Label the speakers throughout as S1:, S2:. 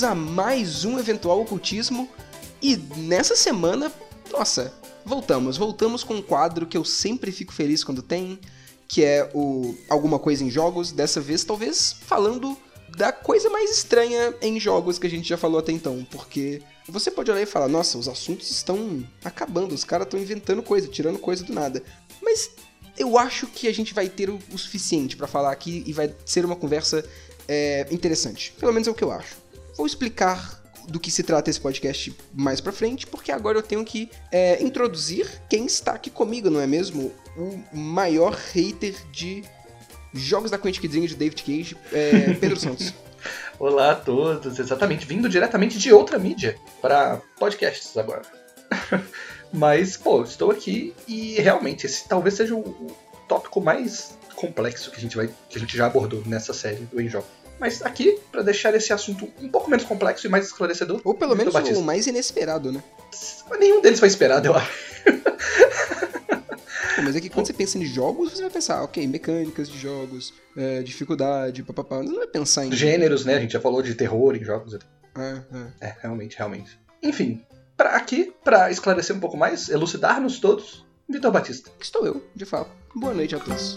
S1: bem-vindos a mais um Eventual Ocultismo. E nessa semana, nossa, voltamos com um quadro que eu sempre fico feliz quando tem, que é o Alguma Coisa em Jogos. Dessa vez, talvez, falando da coisa mais estranha em jogos que a gente já falou até então, porque você pode olhar e falar, nossa, os assuntos estão acabando, os caras estão inventando coisa, tirando coisa do nada. Mas eu acho que a gente vai ter o suficiente pra falar aqui e vai ser uma conversa interessante. Pelo menos é o que eu acho. Vou explicar do que se trata esse podcast mais pra frente, porque agora eu tenho que introduzir quem está aqui comigo, não é mesmo? O maior hater de jogos da Quantic Dream de David Cage, Pedro Santos.
S2: Olá a todos, exatamente, vindo diretamente de outra mídia para podcasts agora. Mas, estou aqui e realmente esse talvez seja o tópico mais complexo que a gente já abordou nessa série do Em Jogo. Mas aqui, para deixar esse assunto um pouco menos complexo e mais esclarecedor...
S1: Ou pelo menos o mais inesperado, né?
S2: Nenhum deles foi esperado, eu acho.
S1: Mas é que quando você pensa em jogos, você vai pensar, ok, mecânicas de jogos, dificuldade, papapá. Você não vai pensar em...
S2: gêneros, né? A gente já falou de terror em jogos. Realmente. Enfim, aqui, pra esclarecer um pouco mais, elucidar-nos todos, Vitor Batista.
S1: Estou eu, de fato. Boa noite a todos.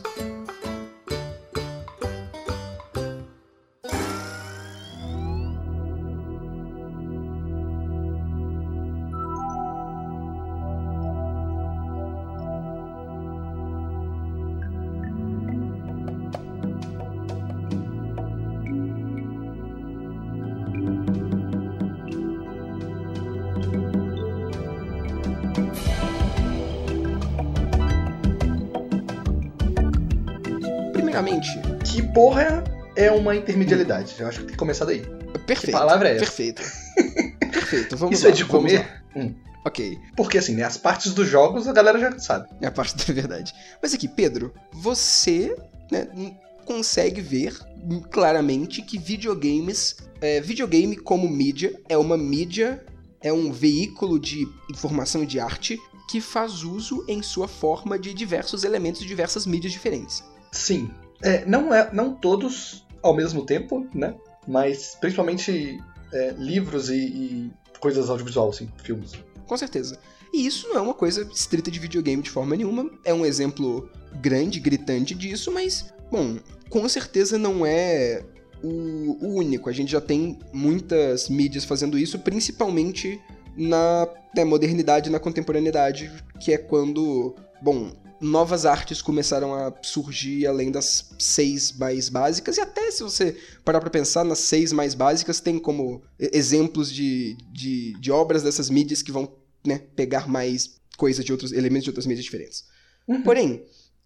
S2: Que porra é uma intermedialidade? Eu acho que tem que começar daí.
S1: Perfeito.
S2: Que palavra é essa?
S1: Perfeito, vamos
S2: Isso
S1: lá.
S2: É de comer?
S1: Ok.
S2: Porque assim, né, as partes dos jogos a galera já sabe.
S1: É a parte da verdade. Mas aqui, Pedro, você consegue ver claramente que videogame como mídia é uma mídia, é um veículo de informação e de arte que faz uso em sua forma de diversos elementos de diversas mídias diferentes.
S2: Sim. Não todos ao mesmo tempo, né? Mas principalmente livros e coisas audiovisuais, assim, filmes.
S1: Com certeza. E isso não é uma coisa estrita de videogame de forma nenhuma. É um exemplo grande, gritante disso, mas, bom, com certeza não é o único. A gente já tem muitas mídias fazendo isso, principalmente na modernidade e na contemporaneidade, que é quando, bom, novas artes começaram a surgir além das 6 mais básicas, e até se você parar pra pensar nas 6 mais básicas, tem como exemplos de obras dessas mídias que vão, né, pegar mais coisas de outros elementos de outras mídias diferentes.
S2: Uhum.
S1: Porém,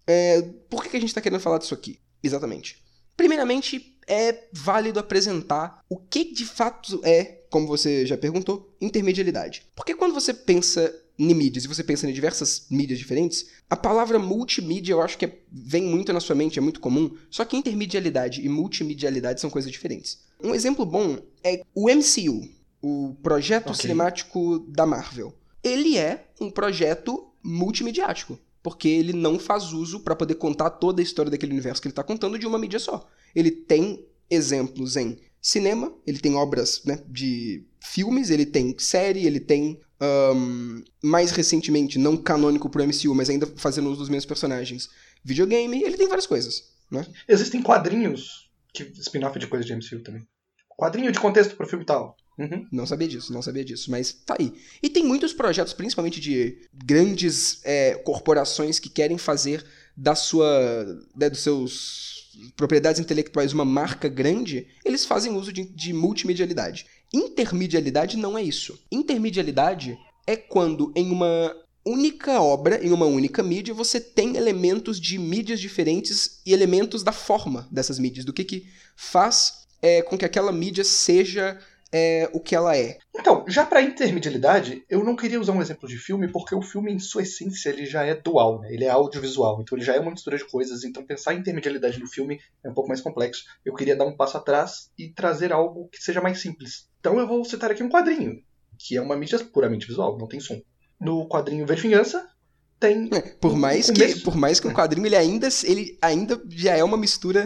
S1: por que a gente tá querendo falar disso aqui? Exatamente. Primeiramente, é válido apresentar o que de fato é, como você já perguntou, intermedialidade. Porque quando você pensa em mídias e você pensa em diversas mídias diferentes, a palavra multimídia eu acho que vem muito na sua mente, é muito comum, só que intermedialidade e multimedialidade são coisas diferentes. Um exemplo bom é o MCU, o Projeto Cinemático da Marvel. Ele é um projeto multimediático, porque ele não faz uso para poder contar toda a história daquele universo que ele está contando de uma mídia só. Ele tem exemplos em cinema, ele tem obras, né, de filmes, ele tem série, ele tem, mais recentemente, não canônico pro MCU, mas ainda fazendo uso dos mesmos personagens, videogame, ele tem várias coisas, né?
S2: Existem quadrinhos, spin-off de coisa de MCU também. Quadrinho de contexto pro filme e tal. Uhum.
S1: Não sabia disso, mas tá aí. E tem muitos projetos, principalmente de grandes corporações que querem fazer dos seus propriedades intelectuais uma marca grande, eles fazem uso de multimedialidade. Intermedialidade não é isso. Intermedialidade é quando em uma única obra, em uma única mídia, você tem elementos de mídias diferentes e elementos da forma dessas mídias, do que faz com que aquela mídia seja o que ela é.
S2: Então, já para intermedialidade, eu não queria usar um exemplo de filme, porque o filme, em sua essência, ele já é dual, né? Ele é audiovisual, então ele já é uma mistura de coisas, então pensar em intermedialidade no filme é um pouco mais complexo. Eu queria dar um passo atrás e trazer algo que seja mais simples. Então eu vou citar aqui um quadrinho, que é uma mídia puramente visual, não tem som. No quadrinho V de Vingança, tem...
S1: Por mais que o quadrinho ele ainda já é uma mistura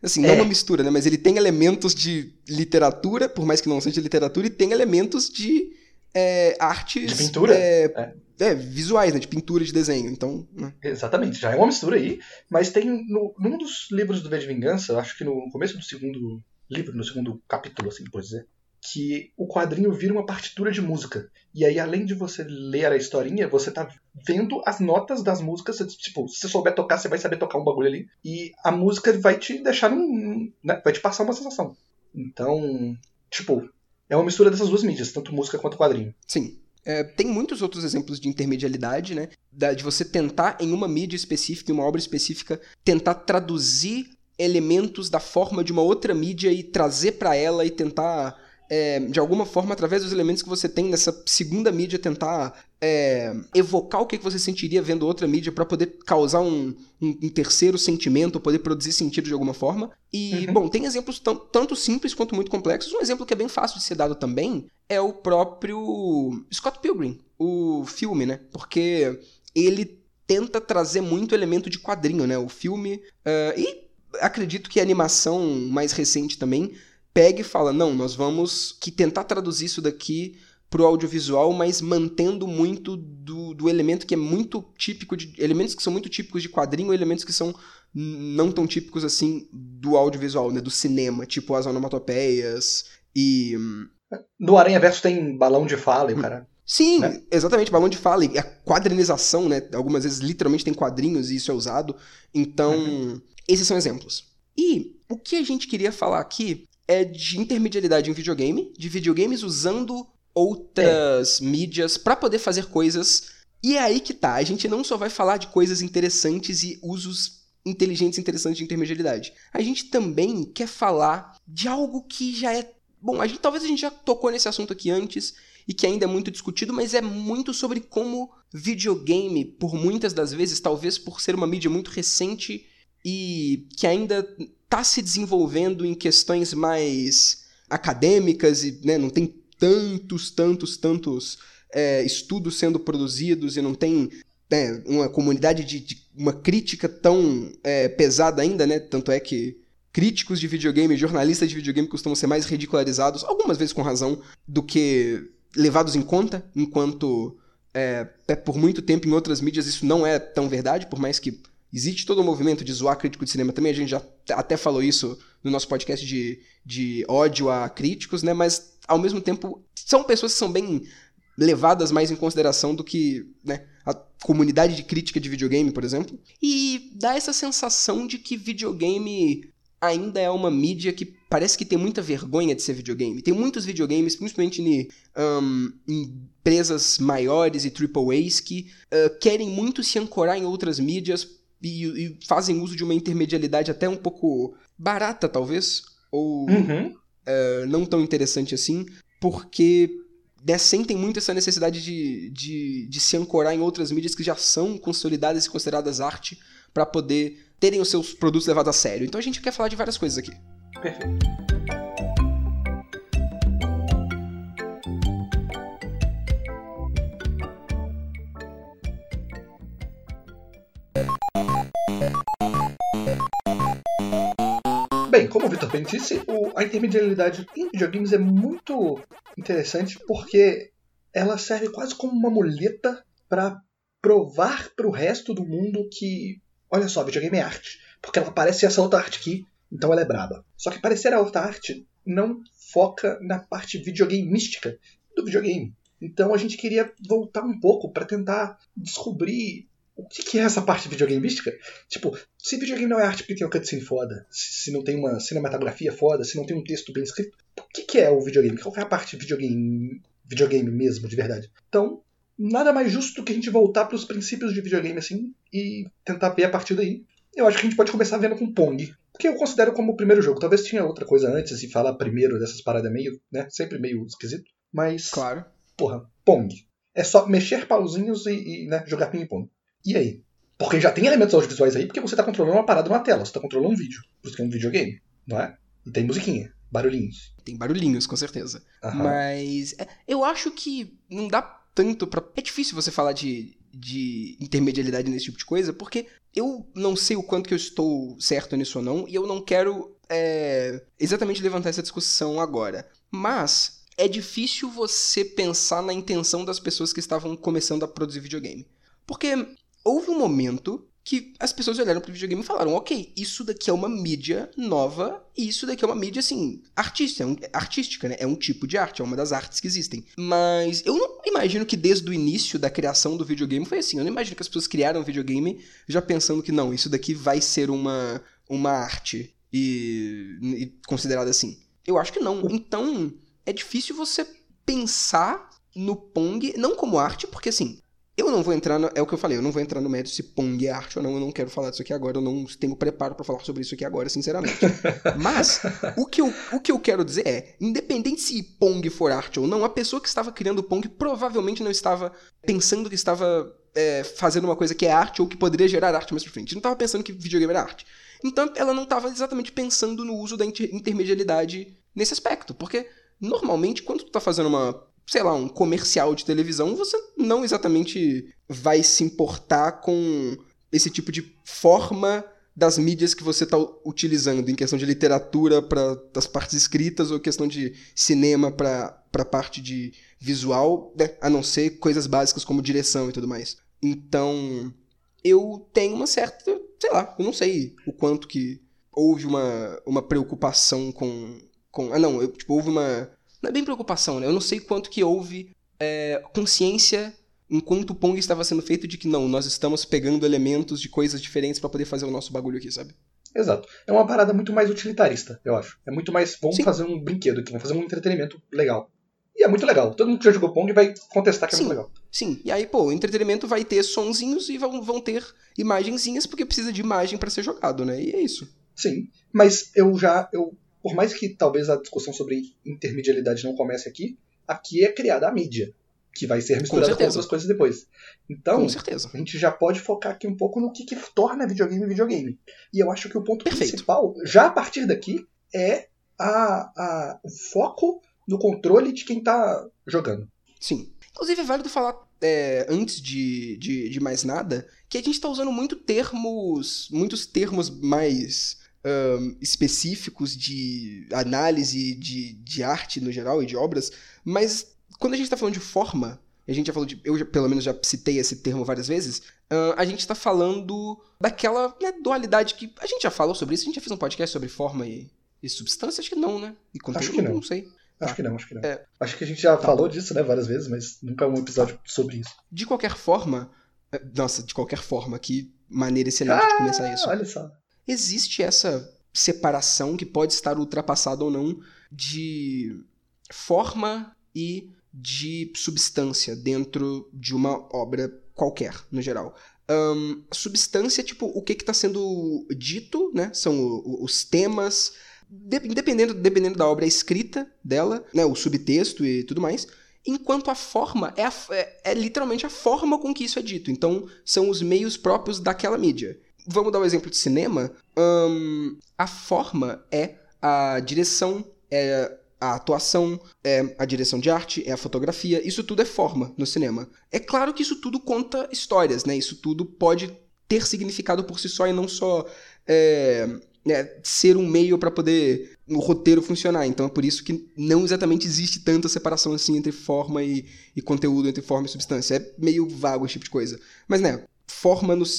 S1: Assim, não uma mistura, né? Mas ele tem elementos de literatura, por mais que não seja literatura, e tem elementos de artes...
S2: De pintura?
S1: Visuais, né? De pintura, de desenho. Então... Né?
S2: Exatamente, já é uma mistura aí. Mas tem, num dos livros do V de Vingança, eu acho que no começo do segundo livro, no segundo capítulo, assim, por dizer, que o quadrinho vira uma partitura de música. E aí, além de você ler a historinha, você tá vendo as notas das músicas. Tipo, se você souber tocar, você vai saber tocar um bagulho ali. E a música vai te deixar né, vai te passar uma sensação. Então, tipo, é uma mistura dessas duas mídias, tanto música quanto quadrinho.
S1: Sim. Tem muitos outros exemplos de intermedialidade, né? De você tentar, em uma mídia específica, em uma obra específica, tentar traduzir elementos da forma de uma outra mídia e trazer pra ela e tentar... de alguma forma, através dos elementos que você tem nessa segunda mídia, tentar evocar o que você sentiria vendo outra mídia para poder causar um terceiro sentimento, ou poder produzir sentido de alguma forma. E, bom, tem exemplos tanto simples quanto muito complexos. Um exemplo que é bem fácil de ser dado também é o próprio Scott Pilgrim, o filme, né? Porque ele tenta trazer muito elemento de quadrinho, né? O filme... e acredito que a animação mais recente também pega e fala, não, nós vamos tentar traduzir isso daqui pro audiovisual, mas mantendo muito do elemento que é muito típico de... elementos que são muito típicos de quadrinho, elementos que são não tão típicos assim do audiovisual, né, do cinema, tipo as onomatopeias e...
S2: No Aranhaverso tem balão de fala e o cara...
S1: Sim, né? Exatamente, balão de fala e a quadrinização, né, algumas vezes literalmente tem quadrinhos e isso é usado, então esses são exemplos. E o que a gente queria falar aqui é de intermedialidade em videogame, de videogames usando outras mídias pra poder fazer coisas. E é aí que tá, a gente não só vai falar de coisas interessantes e usos inteligentes e interessantes de intermedialidade. A gente também quer falar de algo que já é... Bom, talvez a gente já tocou nesse assunto aqui antes e que ainda é muito discutido, mas é muito sobre como videogame, por muitas das vezes, talvez por ser uma mídia muito recente e que ainda tá se desenvolvendo em questões mais acadêmicas e, né, não tem tantos estudos sendo produzidos e não tem uma comunidade de uma crítica tão pesada ainda, né? Tanto é que críticos de videogame, jornalistas de videogame costumam ser mais ridicularizados, algumas vezes com razão, do que levados em conta, enquanto por muito tempo em outras mídias isso não é tão verdade, por mais que existe todo o movimento de zoar crítico de cinema também, a gente já até falou isso no nosso podcast de ódio a críticos, né? Mas, ao mesmo tempo, são pessoas que são bem levadas mais em consideração do que, né, a comunidade de crítica de videogame, por exemplo. E dá essa sensação de que videogame ainda é uma mídia que parece que tem muita vergonha de ser videogame. Tem muitos videogames, principalmente em empresas maiores e AAAs, que querem muito se ancorar em outras mídias e fazem uso de uma intermedialidade até um pouco barata, talvez, ou não tão interessante assim, porque sentem muito essa necessidade de se ancorar em outras mídias que já são consolidadas e consideradas arte para poder terem os seus produtos levados a sério. Então a gente quer falar de várias coisas aqui.
S2: Perfeito. Bem, como o Vitor bem disse, a intermedialidade em videogames é muito interessante porque ela serve quase como uma muleta para provar para o resto do mundo que, olha só, videogame é arte. Porque ela parece essa outra arte aqui, então ela é braba. Só que parecer a outra arte não foca na parte videogameística do videogame. Então a gente queria voltar um pouco para tentar descobrir o que é essa parte videogameística? Tipo, se videogame não é arte porque tem uma cutscene foda, se não tem uma cinematografia foda, se não tem um texto bem escrito, o que é o videogame? Qual é a parte videogame mesmo, de verdade? Então, nada mais justo que a gente voltar para os princípios de videogame assim e tentar ver a partir daí. Eu acho que a gente pode começar vendo com Pong, que eu considero como o primeiro jogo. Talvez tinha outra coisa antes e falar primeiro dessas paradas meio, né, sempre meio esquisito, mas...
S1: Claro.
S2: Porra, Pong. É só mexer pauzinhos e né, jogar ping-pong. E aí? Porque já tem elementos audiovisuais aí, porque você tá controlando uma parada numa tela, você tá controlando um vídeo. Por isso que é um videogame, não é? E tem musiquinha, barulhinhos.
S1: Tem barulhinhos, com certeza. Mas eu acho que não dá tanto pra... É difícil você falar de intermedialidade nesse tipo de coisa, porque eu não sei o quanto que eu estou certo nisso ou não, e eu não quero exatamente levantar essa discussão agora. Mas é difícil você pensar na intenção das pessoas que estavam começando a produzir videogame. Porque houve um momento que as pessoas olharam pro videogame e falaram, ok, isso daqui é uma mídia nova e isso daqui é uma mídia, assim, artística, né? É um tipo de arte, é uma das artes que existem. Mas eu não imagino que desde o início da criação do videogame foi assim. Eu não imagino que as pessoas criaram o videogame já pensando que não, isso daqui vai ser uma arte e considerada assim. Eu acho que não. Então, é difícil você pensar no Pong, não como arte, porque assim, eu não vou entrar, é o que eu falei, eu não vou entrar no mérito se Pong é arte ou não, eu não quero falar disso aqui agora, eu não tenho preparo pra falar sobre isso aqui agora, sinceramente. Mas, o que eu quero dizer é, independente se Pong for arte ou não, a pessoa que estava criando o Pong provavelmente não estava pensando que estava fazendo uma coisa que é arte ou que poderia gerar arte mais pra frente. Não estava pensando que videogame era arte. Então, ela não estava exatamente pensando no uso da intermedialidade nesse aspecto, porque normalmente, quando tu tá fazendo um comercial de televisão, você não exatamente vai se importar com esse tipo de forma das mídias que você tá utilizando, em questão de literatura para das partes escritas ou questão de cinema para parte de visual, né? A não ser coisas básicas como direção e tudo mais. Então, eu tenho uma certa, eu não sei o quanto que houve uma preocupação com houve uma... Não é bem preocupação, né? Eu não sei quanto que houve consciência enquanto o Pong estava sendo feito de que não, nós estamos pegando elementos de coisas diferentes pra poder fazer o nosso bagulho aqui, sabe?
S2: Exato. É uma parada muito mais utilitarista, eu acho. É muito mais, vamos
S1: Sim.
S2: fazer um brinquedo aqui, vamos fazer um entretenimento legal. E é muito legal. Todo mundo que já jogou Pong vai contestar que é muito legal.
S1: Sim, e aí, o entretenimento vai ter sonzinhos e vão ter imagenzinhas, porque precisa de imagem pra ser jogado, né? E é isso.
S2: Sim, mas por mais que talvez a discussão sobre intermedialidade não comece aqui é criada a mídia, que vai ser misturada com outras coisas depois. Então,
S1: com certeza.
S2: A gente já pode focar aqui um pouco no que torna videogame. E eu acho que o ponto principal, já a partir daqui, é o foco no controle de quem tá jogando.
S1: Sim. Inclusive é válido falar, antes de mais nada, que a gente tá usando muitos termos mais específicos de análise de arte no geral e de obras, mas quando a gente tá falando de forma, a gente já falou eu pelo menos já citei esse termo várias vezes, a gente tá falando daquela dualidade que a gente já falou sobre isso, a gente já fez um podcast sobre forma e substância, acho que não, né? E conteúdo,
S2: acho que não.
S1: Não sei.
S2: Acho que não. Acho que a gente já falou disso, né, várias vezes, mas nunca um episódio sobre isso.
S1: De qualquer forma, que maneira excelente de começar isso.
S2: Olha só.
S1: Existe essa separação que pode estar ultrapassada ou não de forma e de substância dentro de uma obra qualquer, no geral. Substância, tipo, o que está sendo dito, né? São os temas, dependendo da obra, a escrita dela, né? O subtexto e tudo mais. Enquanto a forma é literalmente a forma com que isso é dito. Então, são os meios próprios daquela mídia. Vamos dar um exemplo de cinema. A forma é a direção, é a atuação, é a direção de arte, é a fotografia. Isso tudo é forma no cinema. É claro que isso tudo conta histórias, né? Isso tudo pode ter significado por si só e não só ser um meio para poder o roteiro funcionar. Então é por isso que não exatamente existe tanta separação assim entre forma e conteúdo, entre forma e substância. É meio vago esse tipo de coisa. Mas, né, forma no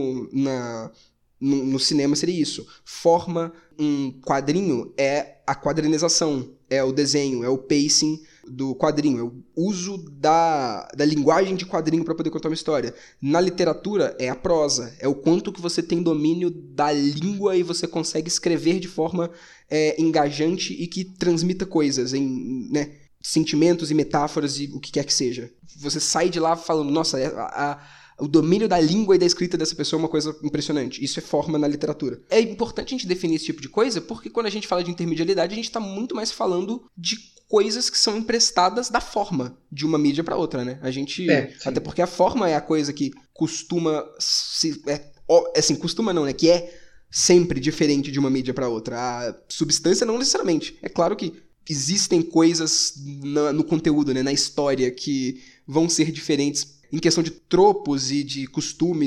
S1: cinema seria isso. Forma, um quadrinho é a quadrinização, é o desenho, é o pacing do quadrinho, é o uso da linguagem de quadrinho para poder contar uma história. Na literatura é a prosa, é o quanto que você tem domínio da língua e você consegue escrever de forma engajante e que transmita coisas, sentimentos e metáforas e o que quer que seja. Você sai de lá falando, nossa, o domínio da língua e da escrita dessa pessoa é uma coisa impressionante. Isso é forma na literatura. É importante a gente definir esse tipo de coisa, porque quando a gente fala de intermedialidade, a gente está muito mais falando de coisas que são emprestadas da forma de uma mídia para outra, né? A gente... até porque a forma é a coisa que costuma... costuma não, né? Que é sempre diferente de uma mídia para outra. A substância não necessariamente. É claro que existem coisas no conteúdo, né? Na história, que vão ser diferentes em questão de tropos e de costumes.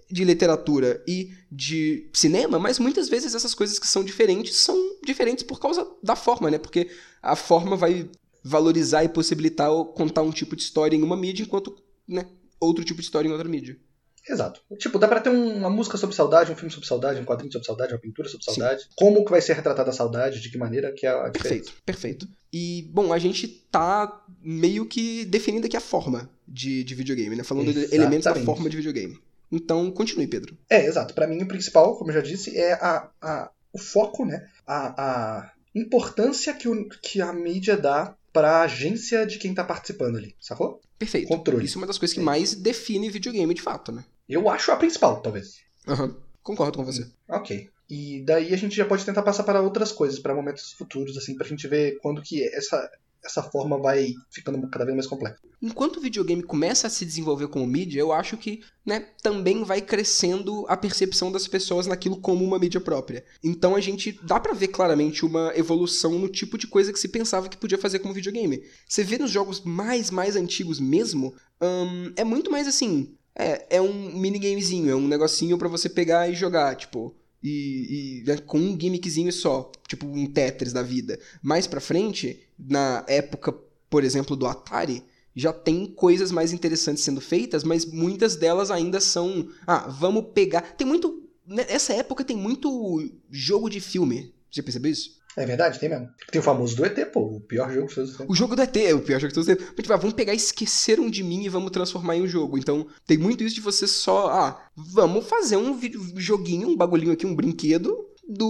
S1: de literatura e de cinema, mas muitas vezes essas coisas que são diferentes por causa da forma, né? Porque a forma vai valorizar e possibilitar contar um tipo de história em uma mídia, enquanto, né, outro tipo de história em outra mídia.
S2: Exato. Tipo, dá pra ter uma música sobre saudade, um filme sobre saudade, um quadrinho sobre saudade, uma pintura sobre saudade. Sim. Como que vai ser retratada a saudade, de que maneira, que é a diferença.
S1: Perfeito. E, bom, a gente tá meio que definindo aqui a forma de videogame, né? Falando de elementos da forma de videogame. Então, continue, Pedro.
S2: Exato. Pra mim, o principal, como eu já disse, é o foco, né? A importância que a mídia dá pra agência de quem tá participando ali, sacou?
S1: Perfeito.
S2: Controle.
S1: Isso é uma das coisas que mais define videogame, de fato, né?
S2: Eu acho a principal, talvez.
S1: Concordo com você.
S2: Ok. E daí a gente já pode tentar passar para outras coisas, para momentos futuros, assim, pra gente ver quando que essa forma vai ficando cada vez mais complexa.
S1: Enquanto o videogame começa a se desenvolver como mídia, eu acho que, né, também vai crescendo a percepção das pessoas naquilo como uma mídia própria. Então a gente dá pra ver claramente uma evolução no tipo de coisa que se pensava que podia fazer como videogame. Você vê nos jogos mais antigos mesmo, é muito mais assim, é um minigamezinho, é um negocinho pra você pegar e jogar, tipo... E com um gimmickzinho só, tipo um Tetris da vida. Mais pra frente, na época, por exemplo, do Atari, já tem coisas mais interessantes sendo feitas, mas muitas delas ainda são... vamos pegar... Tem muito... Nessa época tem muito jogo de filme. Você percebeu isso?
S2: É verdade, tem mesmo. Tem o famoso do ET, pô, o pior jogo de todos os tempos.
S1: O jogo do ET é o pior jogo de todos os tempos. Mas, tipo, vamos pegar Esqueceram de Mim e vamos transformar em um jogo. Então, tem muito isso de você só... vamos fazer um joguinho, um bagulhinho aqui, um brinquedo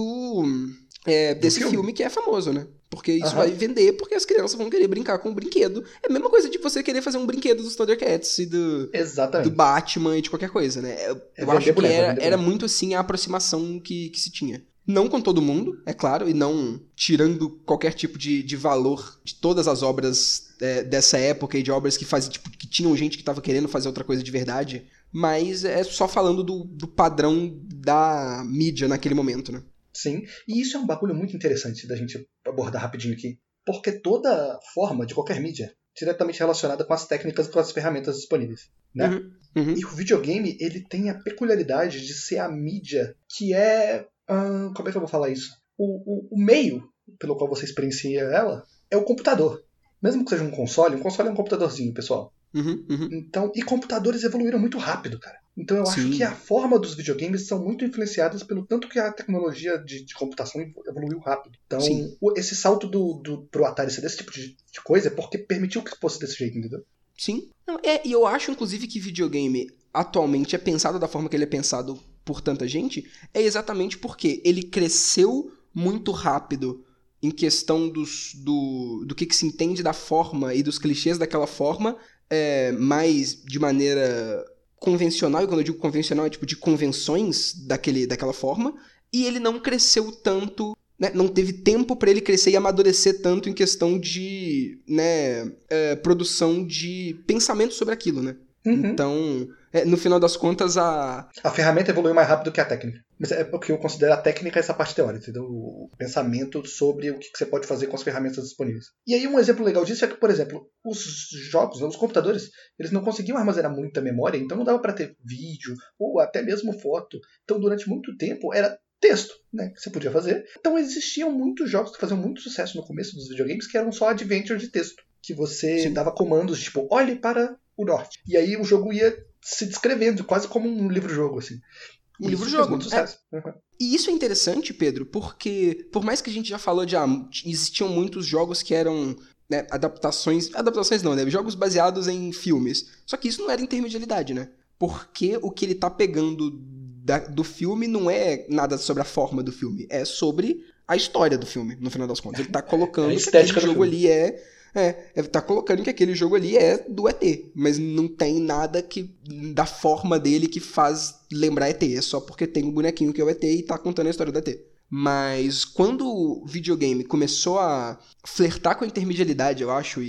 S1: desse filme que é famoso, né? Porque isso vai vender, porque as crianças vão querer brincar com o brinquedo. É a mesma coisa de você querer fazer um brinquedo dos Thundercats e do Batman e de qualquer coisa, né? Eu acho que era muito assim a aproximação que se tinha. Não com todo mundo, é claro, e não tirando qualquer tipo de valor de todas as obras dessa época e de obras que tinham gente que estava querendo fazer outra coisa de verdade, mas é só falando do padrão da mídia naquele momento, né?
S2: Sim, e isso é um bagulho muito interessante da gente abordar rapidinho aqui, porque toda forma de qualquer mídia diretamente relacionada com as técnicas e com as ferramentas disponíveis, né? E o videogame, ele tem a peculiaridade de ser a mídia que é... como é que eu vou falar isso? O meio pelo qual você experiencia ela é o computador. Mesmo que seja um console é um computadorzinho, pessoal. Então, e computadores evoluíram muito rápido, cara. Então eu acho que a forma dos videogames são muito influenciadas pelo tanto que a tecnologia de computação evoluiu rápido. Então, esse salto pro Atari ser desse tipo de coisa é porque permitiu que fosse desse jeito, entendeu?
S1: Sim. E eu acho, inclusive, que videogame atualmente é pensado da forma que ele é pensado por tanta gente, é exatamente porque ele cresceu muito rápido em questão do que se entende da forma e dos clichês daquela forma, mais de maneira convencional, e quando eu digo convencional é tipo de convenções daquela forma, e ele não cresceu tanto, né, não teve tempo para ele crescer e amadurecer tanto em questão de, né, produção de pensamento sobre aquilo, né? Então, no final das contas, a
S2: ferramenta evoluiu mais rápido que a técnica. Mas é porque eu considero a técnica essa parte teórica, entendeu? O pensamento sobre o que você pode fazer com as ferramentas disponíveis. E aí um exemplo legal disso é que, por exemplo, os jogos, os computadores, eles não conseguiam armazenar muita memória, então não dava para ter vídeo ou até mesmo foto. Então, durante muito tempo, era texto, né, que você podia fazer. Então existiam muitos jogos que faziam muito sucesso no começo dos videogames que eram só adventure de texto. Que você dava comandos tipo, olhe para o norte. E aí o jogo ia se descrevendo, quase como um livro-jogo, assim.
S1: Um livro-jogo.
S2: Muito sucesso.
S1: E isso é interessante, Pedro, porque por mais que a gente já falou existiam muitos jogos que eram, né, adaptações não, né, jogos baseados em filmes. Só que isso não era intermedialidade, né? Porque o que ele tá pegando do filme não é nada sobre a forma do filme, é sobre a história do filme, no final das contas. Ele tá colocando que aquele jogo ali tá colocando que aquele jogo ali é do ET, mas não tem nada da forma dele que faz lembrar ET, é só porque tem um bonequinho que é o ET e tá contando a história do ET. Mas quando o videogame começou a flertar com a intermedialidade, eu acho,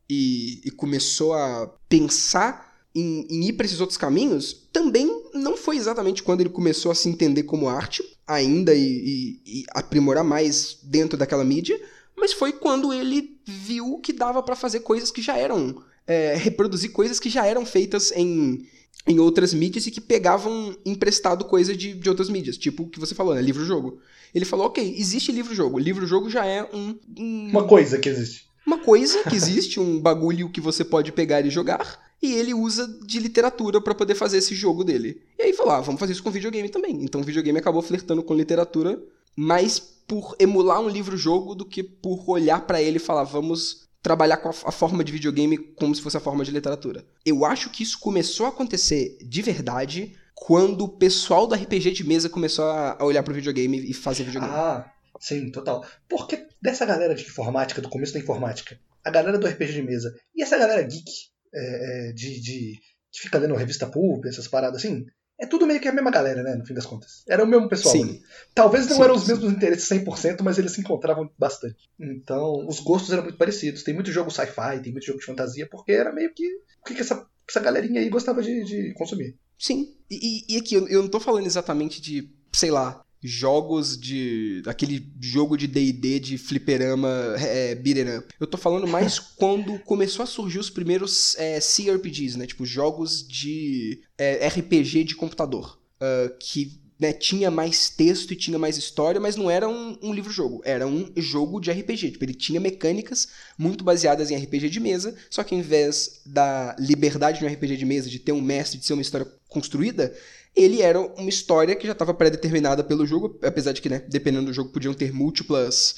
S1: e começou a pensar em ir para esses outros caminhos, também não foi exatamente quando ele começou a se entender como arte ainda e aprimorar mais dentro daquela mídia, mas foi quando ele viu que dava pra fazer coisas que já eram reproduzir coisas que já eram feitas em outras mídias e que pegavam emprestado coisa de outras mídias, tipo o que você falou, né? Livro-jogo. Ele falou, ok, existe livro-jogo. Livro-jogo já é
S2: uma coisa que existe.
S1: Uma coisa que existe, um bagulho que você pode pegar e jogar, e ele usa de literatura pra poder fazer esse jogo dele. E aí falou, vamos fazer isso com videogame também. Então o videogame acabou flertando com literatura mais por emular um livro-jogo do que por olhar pra ele e falar, vamos trabalhar com a forma de videogame como se fosse a forma de literatura. Eu acho que isso começou a acontecer de verdade quando o pessoal do RPG de mesa começou a olhar pro videogame e fazer videogame.
S2: Sim, total. Porque dessa galera de informática, do começo da informática, a galera do RPG de mesa e essa galera geek que fica lendo revista Pulp, essas paradas assim, é tudo meio que a mesma galera, né, no fim das contas. Era o mesmo pessoal ali. Talvez não eram os mesmos interesses 100%, mas eles se encontravam bastante. Então, os gostos eram muito parecidos. Tem muito jogo sci-fi, tem muito jogo de fantasia, porque era meio que o que essa galerinha aí gostava de consumir.
S1: Sim, e aqui, eu não tô falando exatamente de, sei lá, jogos aquele jogo de D&D de fliperama beat'em up. Eu tô falando mais quando começou a surgir os primeiros CRPGs, né? Tipo, jogos de RPG de computador. Que, né, tinha mais texto e tinha mais história, mas não era um livro-jogo. Era um jogo de RPG. Tipo, ele tinha mecânicas muito baseadas em RPG de mesa, só que ao invés da liberdade de um RPG de mesa, de ter um mestre, de ser uma história construída, ele era uma história que já estava pré-determinada pelo jogo, apesar de que, né, dependendo do jogo, podiam ter múltiplas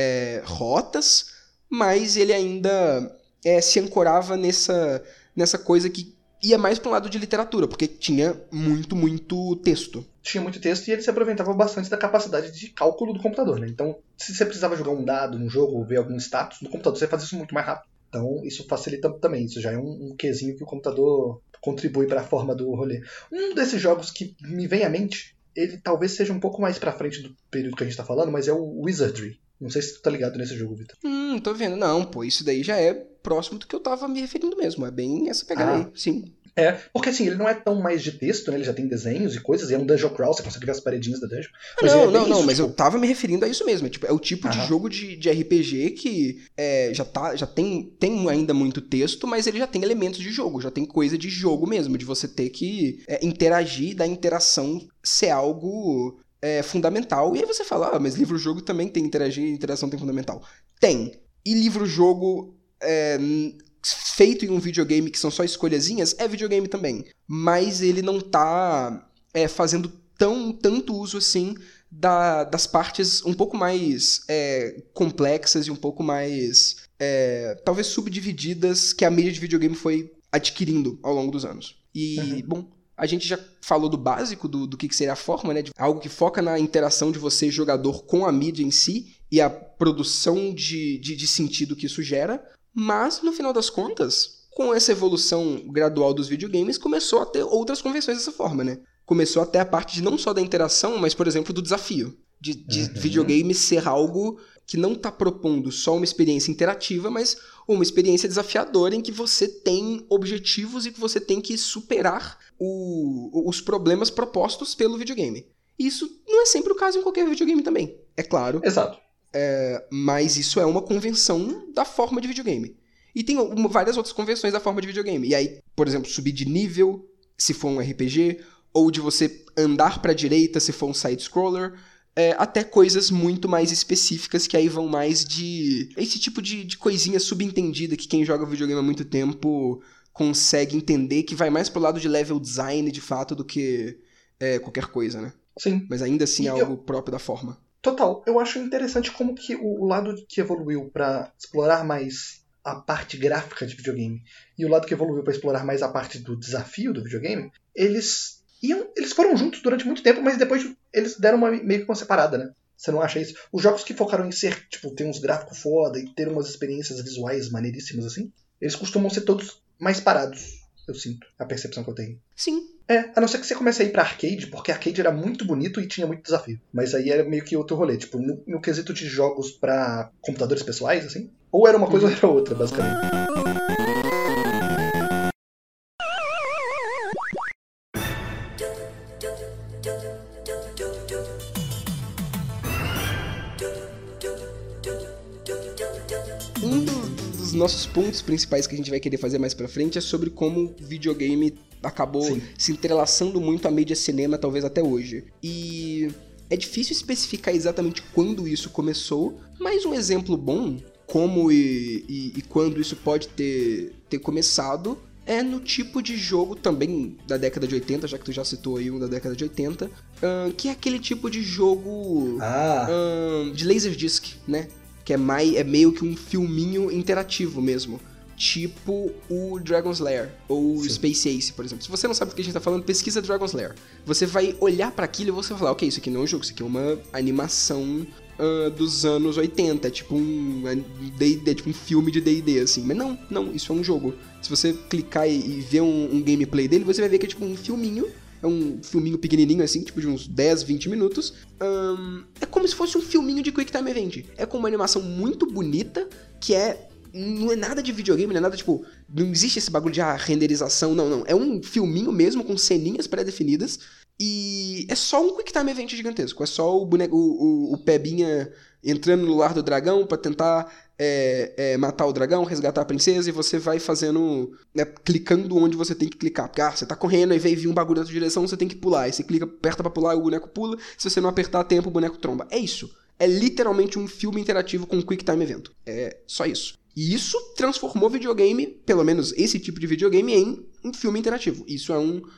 S1: rotas, mas ele ainda se ancorava nessa coisa que ia mais para um lado de literatura, porque tinha muito, muito texto.
S2: Tinha muito texto e ele se aproveitava bastante da capacidade de cálculo do computador, né? Então, se você precisava jogar um dado num jogo ou ver algum status, no computador você faz isso muito mais rápido. Então, isso facilita também. Isso já é um quesinho que o computador contribui para a forma do rolê. Um desses jogos que me vem à mente, ele talvez seja um pouco mais pra frente do período que a gente tá falando, mas é o Wizardry. Não sei se tu tá ligado nesse jogo, Vitor.
S1: Tô vendo. Não, pô, isso daí já é próximo do que eu tava me referindo mesmo. É bem essa pegada aí, sim.
S2: Porque assim, ele não é tão mais de texto, né? Ele já tem desenhos e coisas, e é um dungeon crawl, você consegue ver as paredinhas da dungeon.
S1: Mas eu tava me referindo a isso mesmo. É o tipo de jogo de RPG que já tem ainda muito texto, mas ele já tem elementos de jogo, já tem coisa de jogo mesmo, de você ter que interagir, da interação ser algo fundamental. E aí você fala, mas livro-jogo também tem interagir, interação tem fundamental. Tem. E livro-jogo feito em um videogame que são só escolhazinhas, é videogame também. Mas ele não tá fazendo tanto uso assim das partes um pouco mais complexas e um pouco mais talvez subdivididas que a mídia de videogame foi adquirindo ao longo dos anos. E, bom, a gente já falou do básico do que seria a forma, né? De algo que foca na interação de você, jogador, com a mídia em si e a produção de sentido que isso gera. Mas, no final das contas, com essa evolução gradual dos videogames, começou a ter outras convenções dessa forma, né? Começou a ter a parte de não só da interação, mas, por exemplo, do desafio. De videogame ser algo que não está propondo só uma experiência interativa, mas uma experiência desafiadora em que você tem objetivos e que você tem que superar os problemas propostos pelo videogame. Isso não é sempre o caso em qualquer videogame também, é claro.
S2: Exato.
S1: Mas isso é uma convenção da forma de videogame. E tem várias outras convenções da forma de videogame. E aí, por exemplo, subir de nível, se for um RPG, ou de você andar pra direita, se for um side-scroller, até coisas muito mais específicas que aí vão mais de esse tipo de coisinha subentendida que quem joga videogame há muito tempo consegue entender, que vai mais pro lado de level design, de fato, do que qualquer coisa, né?
S2: Sim.
S1: Mas ainda assim é algo próprio da forma.
S2: Total. Eu acho interessante como que o lado que evoluiu pra explorar mais a parte gráfica de videogame e o lado que evoluiu pra explorar mais a parte do desafio do videogame, eles foram juntos durante muito tempo, mas depois eles deram meio que uma separada, né? Você não acha isso? Os jogos que focaram em ser, tipo, ter uns gráficos foda e ter umas experiências visuais maneiríssimas assim, eles costumam ser todos mais parados, eu sinto, a percepção que eu tenho.
S1: Sim.
S2: A não ser que você comece a ir pra arcade, porque arcade era muito bonito e tinha muito desafio. Mas aí era meio que outro rolê, tipo, no quesito de jogos pra computadores pessoais, assim, ou era uma coisa ou era outra, basicamente.
S1: dos nossos pontos principais que a gente vai querer fazer mais pra frente é sobre como o videogame acabou se entrelaçando muito à mídia cinema, talvez até hoje. E é difícil especificar exatamente quando isso começou, mas um exemplo bom, como e quando isso pode ter começado, é no tipo de jogo também da década de 80, já que tu já citou aí um da década de 80, que é aquele tipo de jogo de Laserdisc, né? Que é meio que um filminho interativo mesmo. Tipo o Dragon's Lair ou o Space Ace, por exemplo. Se você não sabe do que a gente tá falando, pesquisa Dragon's Lair. Você vai olhar pra aquilo e você vai falar, ok, isso aqui não é um jogo, isso aqui é uma animação dos anos 80, é tipo um filme de D&D, assim. Mas não, isso é um jogo. Se você clicar e ver um gameplay dele, você vai ver que é tipo um filminho. É um filminho pequenininho, assim, tipo de uns 10, 20 minutos. É como se fosse um filminho de Quick Time Event. É com uma animação muito bonita, que não é nada de videogame, não é nada, tipo... Não existe esse bagulho de renderização, não. É um filminho mesmo, com ceninhas pré-definidas. E é só um Quick Time Event gigantesco. É só o boneco, o Pebinha entrando no lar do dragão pra tentar matar o dragão, resgatar a princesa, e você vai fazendo, né, clicando onde você tem que clicar. Porque, você tá correndo, aí veio vir um bagulho na sua direção, você tem que pular. Aí você clica, aperta pra pular, o boneco pula. Se você não apertar a tempo, o boneco tromba. É isso. É literalmente um filme interativo com um Quick Time Event. É só isso. E isso transformou videogame, pelo menos esse tipo de videogame, em um filme interativo. Isso é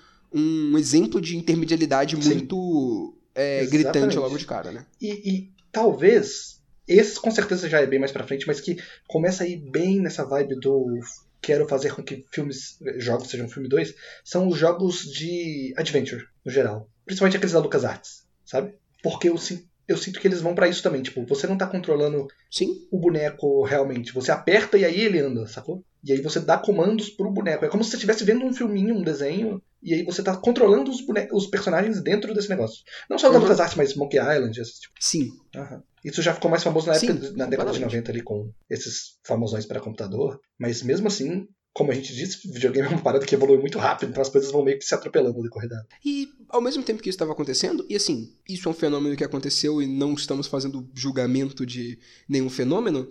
S1: um exemplo de intermedialidade muito gritante logo de cara, né?
S2: E talvez, esse com certeza já é bem mais pra frente, mas que começa a ir bem nessa vibe do quero fazer com que jogos sejam filme 2, são os jogos de adventure, no geral. Principalmente aqueles da LucasArts, sabe? Porque eu sinto que eles vão pra isso também. Tipo, você não tá controlando o boneco realmente. Você aperta e aí ele anda, sacou? E aí você dá comandos pro boneco. É como se você estivesse vendo um filminho, um desenho, e aí você tá controlando os personagens dentro desse negócio. Não só da LucasArts, mas Monkey Island, esse tipo.
S1: Sim.
S2: Isso já ficou mais famoso na década de 90 ali, com esses famosões para computador. Mas mesmo assim, como a gente disse, videogame é uma parada que evolui muito rápido, então as coisas vão meio que se atropelando no decorrer da...
S1: E ao mesmo tempo que isso estava acontecendo, e assim, isso é um fenômeno que aconteceu e não estamos fazendo julgamento de nenhum fenômeno,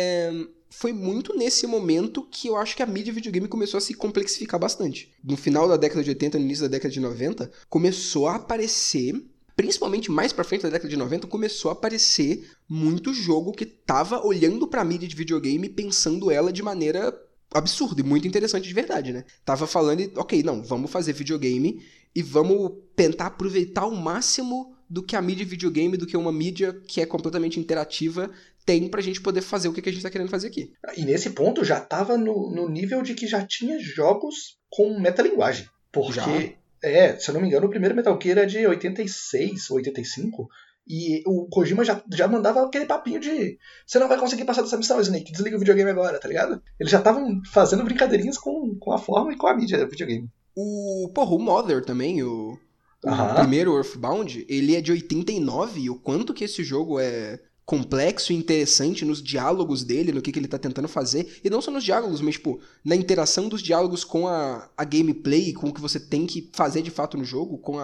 S1: foi muito nesse momento que eu acho que a mídia videogame começou a se complexificar bastante. No final da década de 80, no início da década de 90, começou a aparecer, principalmente mais pra frente da década de 90, começou a aparecer muito jogo que tava olhando pra mídia de videogame e pensando ela de maneira absurda e muito interessante de verdade, né? Tava falando, ok, não, vamos fazer videogame e vamos tentar aproveitar ao máximo do que a mídia videogame, do que uma mídia que é completamente interativa tem pra gente poder fazer o que a gente tá querendo fazer aqui.
S2: E nesse ponto já tava no nível de que já tinha jogos com metalinguagem. Porque, se eu não me engano, o primeiro Metal Gear é de 86 ou 85... E o Kojima já mandava aquele papinho de você não vai conseguir passar dessa missão, Snake, desliga o videogame agora, tá ligado? Eles já estavam fazendo brincadeirinhas com a forma e com a mídia do videogame.
S1: O Mother também, o primeiro Earthbound, ele é de 89, e o quanto que esse jogo é complexo e interessante nos diálogos dele, no que ele tá tentando fazer, e não só nos diálogos, mas tipo, na interação dos diálogos com a gameplay, com o que você tem que fazer de fato no jogo, com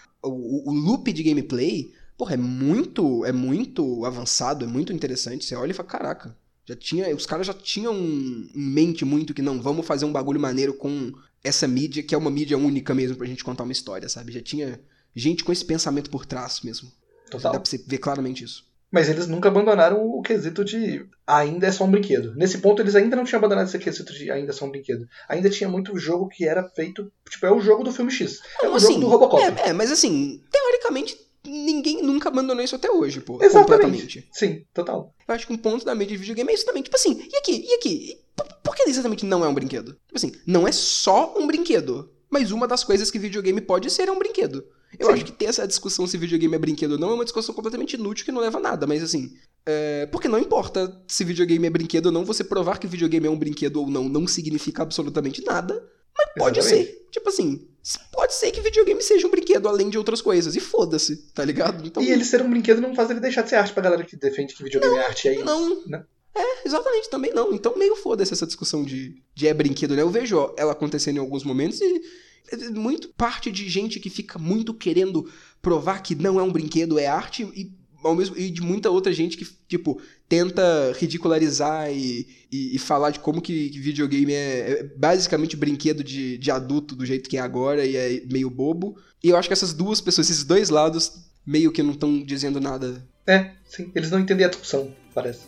S1: o loop de gameplay. Porra, é muito avançado, é muito interessante. Você olha e fala, caraca, os caras já tinham em mente muito que não, vamos fazer um bagulho maneiro com essa mídia, que é uma mídia única mesmo pra gente contar uma história, sabe? Já tinha gente com esse pensamento por trás mesmo.
S2: Total.
S1: Dá pra você ver claramente isso.
S2: Mas eles nunca abandonaram o quesito de ainda é só um brinquedo. Nesse ponto eles ainda não tinham abandonado esse quesito de ainda é só um brinquedo. Ainda tinha muito jogo que era feito, tipo, é o jogo do filme X. É o jogo do Robocop.
S1: Mas assim, teoricamente ninguém nunca abandonou isso até hoje, pô.
S2: Exatamente.
S1: Completamente.
S2: Sim, total.
S1: Eu acho que um ponto da mídia de videogame é isso também. Tipo assim, e aqui? Por que exatamente não é um brinquedo? Tipo assim, não é só um brinquedo, mas uma das coisas que videogame pode ser é um brinquedo. Eu acho que ter essa discussão se videogame é brinquedo ou não é uma discussão completamente inútil que não leva a nada, mas assim... porque não importa se videogame é brinquedo ou não, você provar que videogame é um brinquedo ou não significa absolutamente nada, mas pode ser. Tipo assim... Pode ser que videogame seja um brinquedo além de outras coisas. E foda-se, tá ligado? Então,
S2: e ele ser um brinquedo não faz ele deixar de ser arte pra galera que defende que videogame é arte. É
S1: não.
S2: Isso, né?
S1: Exatamente, também não. Então meio foda-se essa discussão de é brinquedo, né? Eu vejo ela acontecendo em alguns momentos e muito parte de gente que fica muito querendo provar que não é um brinquedo, é arte, e e de muita outra gente que, tipo, tenta ridicularizar e falar de como que videogame é basicamente brinquedo de adulto do jeito que é agora e é meio bobo. E eu acho que essas duas pessoas, esses dois lados, meio que não estão dizendo nada.
S2: Sim. Eles não entendem a discussão, parece.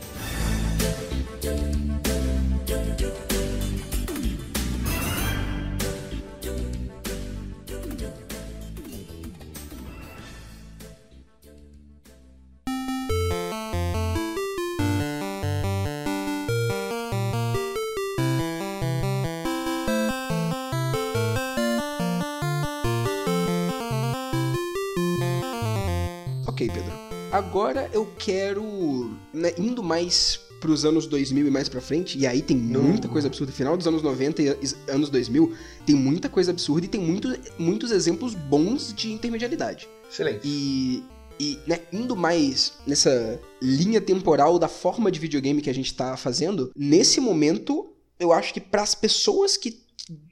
S1: Ok, Pedro. Agora eu quero, né, indo mais pros anos 2000 e mais pra frente, e aí tem muita coisa absurda. Final dos anos 90 e anos 2000, tem muita coisa absurda e tem muitos exemplos bons de intermedialidade.
S2: Excelente.
S1: E né, indo mais nessa linha temporal da forma de videogame que a gente tá fazendo, nesse momento, eu acho que pras pessoas que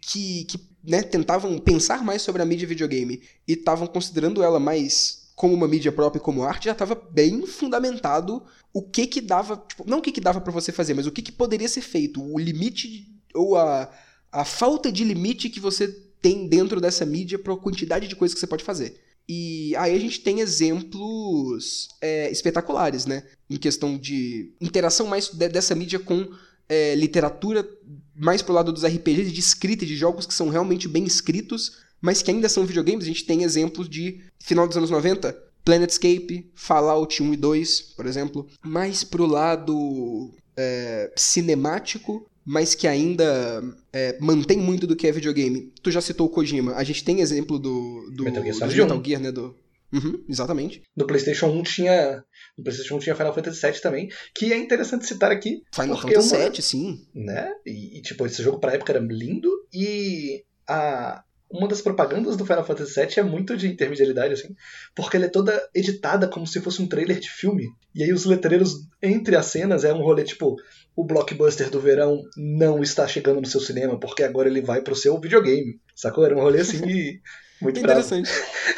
S1: né, tentavam pensar mais sobre a mídia videogame e estavam considerando ela mais como uma mídia própria e como arte, já estava bem fundamentado o que dava, tipo, não o que dava para você fazer, mas o que poderia ser feito, o limite ou a falta de limite que você tem dentro dessa mídia para a quantidade de coisas que você pode fazer. E aí a gente tem exemplos espetaculares, né? Em questão de interação mais dessa mídia com literatura, mais pro lado dos RPGs, de escrita, de jogos que são realmente bem escritos, mas que ainda são videogames. A gente tem exemplos de final dos anos 90, Planetscape, Fallout 1 e 2, por exemplo. Mais pro lado cinemático, mas que ainda mantém muito do que é videogame. Tu já citou o Kojima. A gente tem exemplo do Metal Gear, né? Exatamente.
S2: No PlayStation 1 tinha Final Fantasy VII também, que é interessante citar aqui.
S1: Final Fantasy VII, sim.
S2: Né? E tipo, esse jogo pra época era lindo, e uma das propagandas do Final Fantasy VII é muito de intermedialidade, assim, porque ela é toda editada como se fosse um trailer de filme. E aí os letreiros entre as cenas é um rolê tipo: o blockbuster do verão não está chegando no seu cinema, porque agora ele vai pro seu videogame. Sacou? Era um rolê assim muito
S1: interessante.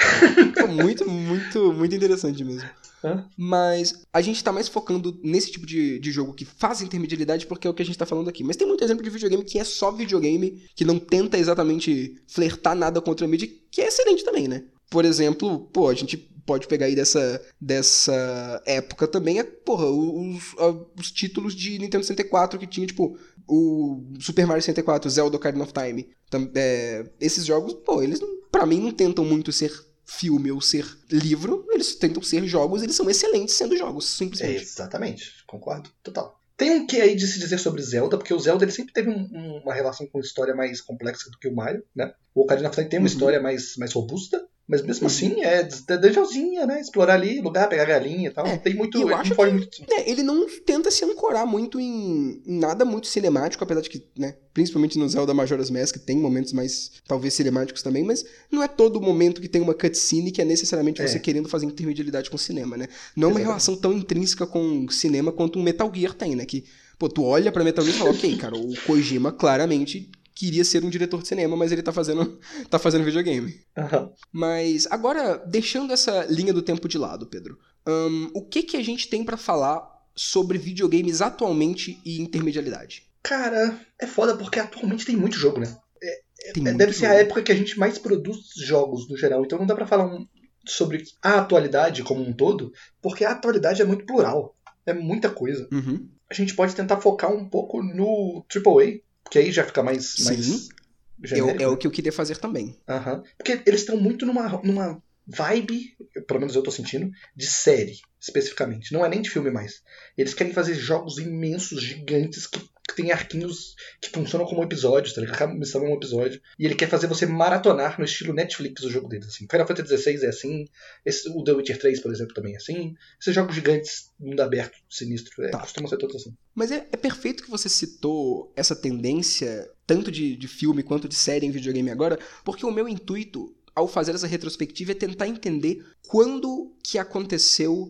S1: Muito, muito, muito interessante mesmo. Mas a gente tá mais focando nesse tipo de jogo que faz intermedialidade porque é o que a gente tá falando aqui. Mas tem muito exemplo de videogame que é só videogame, que não tenta exatamente flertar nada contra a mídia, que é excelente também, né? Por exemplo, a gente pode pegar aí dessa época também, os títulos de Nintendo 64 que tinha, tipo, o Super Mario 64, Zelda Ocarina of Time. Esses jogos, eles pra mim não tentam muito ser filme ou ser livro, eles tentam ser jogos, eles são excelentes sendo jogos, simplesmente.
S2: Exatamente, concordo, total. Tem um que aí de se dizer sobre Zelda, porque o Zelda ele sempre teve uma relação com história mais complexa do que o Mario, né? O Ocarina of Time tem uma história mais robusta, mas mesmo assim é dungeonzinha, né? Explorar ali, lugar, pegar galinha e tal. Não tem muito.
S1: Eu acho que ele não tenta se ancorar muito em nada muito cinemático, apesar de que, né? Principalmente no Zelda Majora's Mask tem momentos mais, talvez, cinemáticos também, mas não é todo momento que tem uma cutscene que é necessariamente você querendo fazer intermedialidade com o cinema, né? Não é uma relação tão intrínseca com o cinema quanto um Metal Gear tem, né? Que, tu olha pra Metal Gear e fala, ok, cara, o Kojima claramente queria ser um diretor de cinema, mas ele tá fazendo videogame. Mas agora, deixando essa linha do tempo de lado, Pedro, o que a gente tem pra falar sobre videogames atualmente e intermedialidade?
S2: Cara, é foda porque atualmente tem muito jogo, né? Deve ser a época que a gente mais produz jogos no geral, então não dá pra falar sobre a atualidade como um todo, porque a atualidade é muito plural, é muita coisa. A gente pode tentar focar um pouco no AAA, que aí já fica mais genérico.
S1: É o que eu queria fazer também.
S2: Porque eles estão muito numa vibe, pelo menos eu tô sentindo, de série, especificamente. Não é nem de filme mais. Eles querem fazer jogos imensos, gigantes, que tem arquinhos que funcionam como episódios, tá ligado? Cada missão é um episódio. E ele quer fazer você maratonar no estilo Netflix o jogo deles, assim. Final Fantasy XVI é assim. O The Witcher 3, por exemplo, também é assim. Esses jogos gigantes, mundo aberto, sinistro, costumam ser todos assim.
S1: Mas é perfeito que você citou essa tendência, tanto de filme quanto de série em videogame agora, porque o meu intuito ao fazer essa retrospectiva é tentar entender quando que aconteceu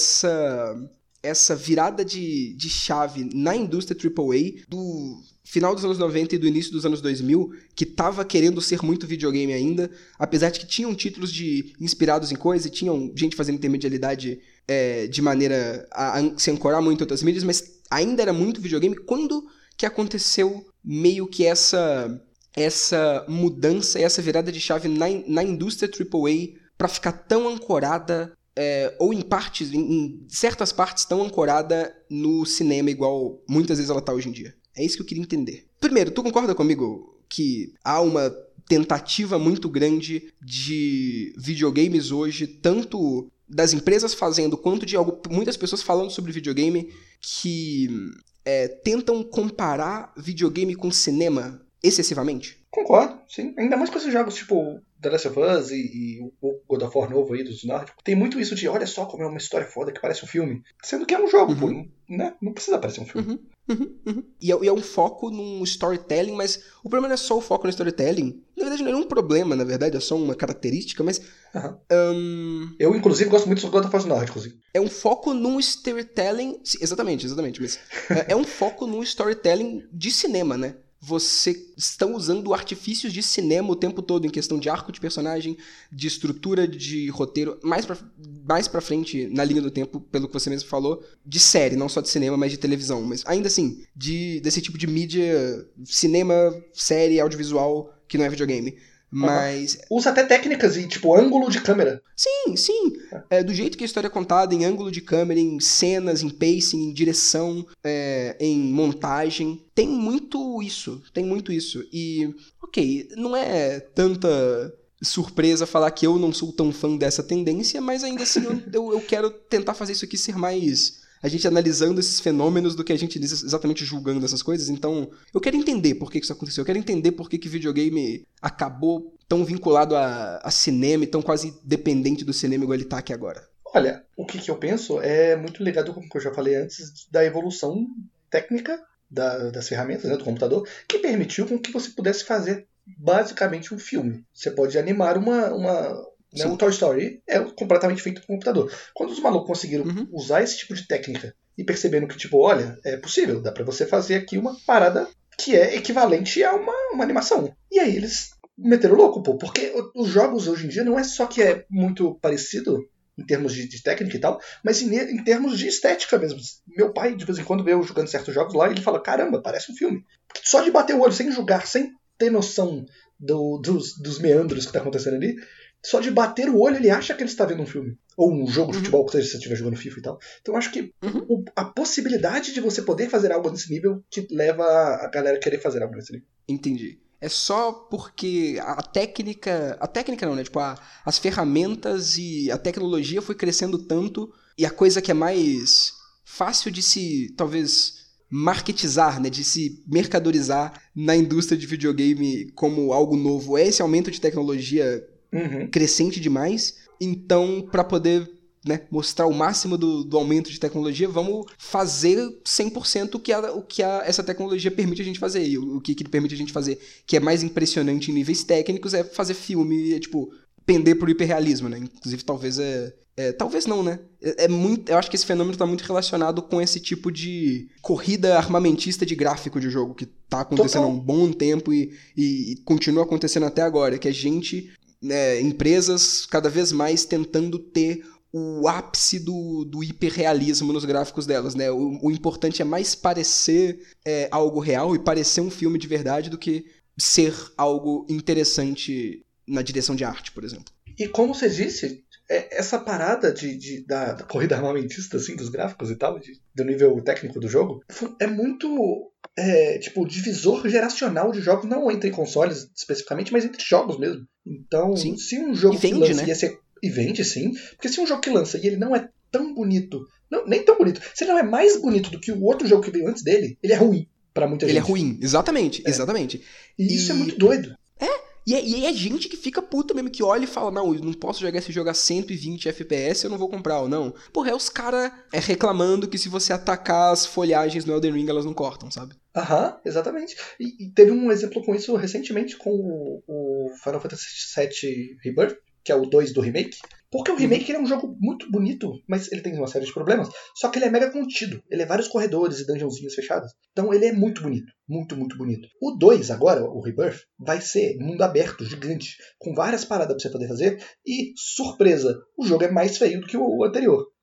S1: essa virada de chave na indústria AAA do final dos anos 90 e do início dos anos 2000, que tava querendo ser muito videogame ainda, apesar de que tinham títulos inspirados em coisa e tinham gente fazendo intermedialidade de maneira a se ancorar muito em outras mídias, mas ainda era muito videogame. Quando que aconteceu meio que essa mudança, essa virada de chave na indústria AAA pra ficar tão ancorada, ou em certas partes tão ancorada no cinema igual muitas vezes ela tá hoje em dia? É isso que eu queria entender. Primeiro, tu concorda comigo que há uma tentativa muito grande de videogames hoje, tanto das empresas fazendo, quanto de muitas pessoas falando sobre videogame, que tentam comparar videogame com cinema excessivamente?
S2: Concordo, sim. Ainda mais com esses jogos tipo The Last of Us e o God of War novo aí dos nórdicos. Tem muito isso de, olha só como é uma história foda que parece um filme. Sendo que é um jogo, pô. Né? Não precisa parecer um filme.
S1: E é um foco num storytelling, mas o problema não é só o foco no storytelling. Na verdade, não é um problema, na verdade, é só uma característica, mas...
S2: Eu, inclusive, gosto muito dos God of War nórdicos. Hein?
S1: É um foco num storytelling... Exatamente, mas é um foco num storytelling de cinema, né? Você estão usando artifícios de cinema o tempo todo, em questão de arco de personagem, de estrutura de roteiro, mais pra frente, na linha do tempo, pelo que você mesmo falou, de série, não só de cinema, mas de televisão. Mas ainda assim, desse tipo de mídia, cinema, série, audiovisual, que não é videogame. Mas...
S2: Usa até técnicas e, tipo, ângulo de câmera.
S1: Sim. Do jeito que a história é contada, em ângulo de câmera, em cenas, em pacing, em direção, em montagem. Tem muito isso. E, ok, não é tanta surpresa falar que eu não sou tão fã dessa tendência, mas ainda assim eu quero tentar fazer isso aqui ser mais... a gente analisando esses fenômenos do que a gente diz exatamente julgando essas coisas. Então, eu quero entender por que isso aconteceu. Eu quero entender por que videogame acabou tão vinculado a cinema e tão quase dependente do cinema igual ele tá aqui agora.
S2: Olha, o que eu penso é muito ligado com o que eu já falei antes da evolução técnica das ferramentas, né, do computador, que permitiu com que você pudesse fazer basicamente um filme. Você pode animar né, o Toy Story é completamente feito com computador. Quando os malucos conseguiram usar esse tipo de técnica e perceberam que, tipo, olha, é possível, dá pra você fazer aqui uma parada que é equivalente a uma animação. E aí eles meteram louco, pô, porque os jogos hoje em dia não é só que é muito parecido em termos de técnica e tal, mas em termos de estética mesmo. Meu pai, de vez em quando, vê eu jogando certos jogos lá e ele fala, caramba, parece um filme. Só de bater o olho, sem julgar, sem ter noção dos meandros que tá acontecendo ali, só de bater o olho ele acha que ele está vendo um filme. Ou um jogo de futebol, seja se você estiver jogando FIFA e tal. Então eu acho que a possibilidade de você poder fazer algo nesse nível que leva a galera a querer fazer algo nesse nível.
S1: Entendi. É só porque a técnica não, né? Tipo, as ferramentas e a tecnologia foi crescendo tanto e a coisa que é mais fácil de se, talvez, marketizar, né? De se mercadorizar na indústria de videogame como algo novo é esse aumento de tecnologia crescente demais. Então, para poder, né, mostrar o máximo do aumento de tecnologia, vamos fazer 100% o que essa tecnologia permite a gente fazer. E o que permite a gente fazer, que é mais impressionante em níveis técnicos, é fazer filme, tipo, pender pro hiperrealismo, né? Inclusive, talvez não, né? Eu acho que esse fenômeno está muito relacionado com esse tipo de corrida armamentista de gráfico de jogo, que tá acontecendo há um bom tempo e continua acontecendo até agora, que a gente... empresas cada vez mais tentando ter o ápice do hiperrealismo nos gráficos delas, né? O importante é mais parecer algo real e parecer um filme de verdade do que ser algo interessante na direção de arte, por exemplo.
S2: E como você disse, essa parada da corrida armamentista, assim, dos gráficos e tal, do nível técnico do jogo, é muito... tipo, divisor geracional de jogos, não entre consoles especificamente, mas entre jogos mesmo. Então,
S1: sim.
S2: Se um jogo
S1: vende,
S2: que lança
S1: né?
S2: ia ser... E vende, sim. Porque se um jogo que lança e ele não é tão bonito... Não, nem tão bonito. Se ele não é mais bonito do que o outro jogo que veio antes dele, ele é ruim pra muita gente.
S1: Ele é ruim, exatamente.
S2: E isso é muito doido.
S1: E aí é gente que fica puta mesmo, que olha e fala, não, eu não posso jogar esse jogo a 120 FPS, eu não vou comprar, ou não. Porra, é os caras reclamando que se você atacar as folhagens no Elden Ring, elas não cortam, sabe?
S2: Exatamente. E teve um exemplo com isso recentemente com o Final Fantasy VII Rebirth, que é o 2 do remake. Porque o remake ele é um jogo muito bonito, mas ele tem uma série de problemas. Só que ele é mega contido. Ele é vários corredores e dungeonzinhas fechadas. Então ele é muito bonito. Muito, muito bonito. O 2 agora, o Rebirth, vai ser mundo aberto, gigante, com várias paradas pra você poder fazer. E, surpresa, o jogo é mais feio do que o anterior.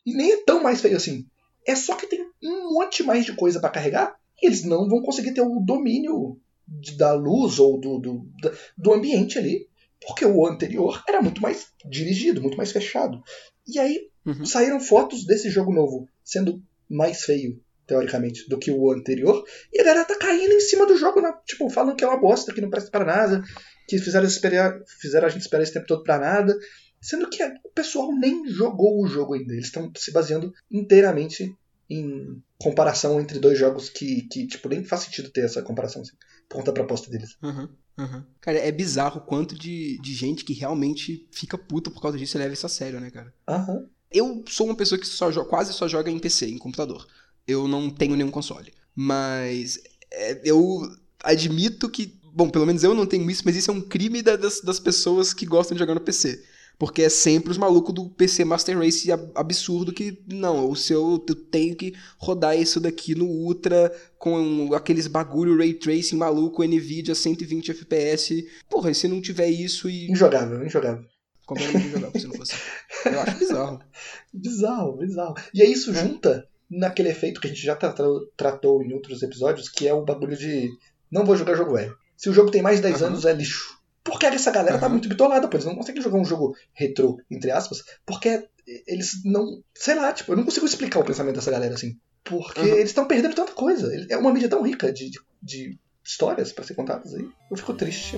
S2: E nem é tão mais feio assim. É só que tem um monte mais de coisa pra carregar e eles não vão conseguir ter o domínio da luz ou do ambiente ali. Porque o anterior era muito mais dirigido, muito mais fechado. E aí saíram fotos desse jogo novo sendo mais feio, teoricamente, do que o anterior. E a galera tá caindo em cima do jogo, né? Tipo, falando que é uma bosta, que não presta pra nada, que fizeram a gente esperar esse tempo todo pra nada. Sendo que o pessoal nem jogou o jogo ainda. Eles estão se baseando inteiramente em comparação entre dois jogos que tipo, nem faz sentido ter essa comparação, assim, por conta da proposta deles.
S1: Cara, é bizarro o quanto de gente que realmente fica puta por causa disso e leva isso a sério, né, cara? Eu sou uma pessoa que quase só joga em PC, em computador. Eu não tenho nenhum console. Mas eu admito que... Bom, pelo menos eu não tenho isso, mas isso é um crime das pessoas que gostam de jogar no PC. Porque é sempre os malucos do PC Master Race absurdo que, não, eu tenho que rodar isso daqui no Ultra com aqueles bagulho Ray Tracing maluco, NVIDIA 120 FPS. Porra, e se não tiver isso e...
S2: Injogável.
S1: Completamente injogável, se não fosse. Eu acho bizarro.
S2: Bizarro. E aí isso junta naquele efeito que a gente já tratou em outros episódios, que é o bagulho de não vou jogar jogo velho. Se o jogo tem mais de 10 anos, é lixo. Porque essa galera tá muito bitolada, pô. Eles não conseguem jogar um jogo retrô, entre aspas, porque eles não... Sei lá, tipo, eu não consigo explicar o pensamento dessa galera, assim. Porque eles estão perdendo tanta coisa. É uma mídia tão rica de histórias pra ser contadas aí. Eu fico triste.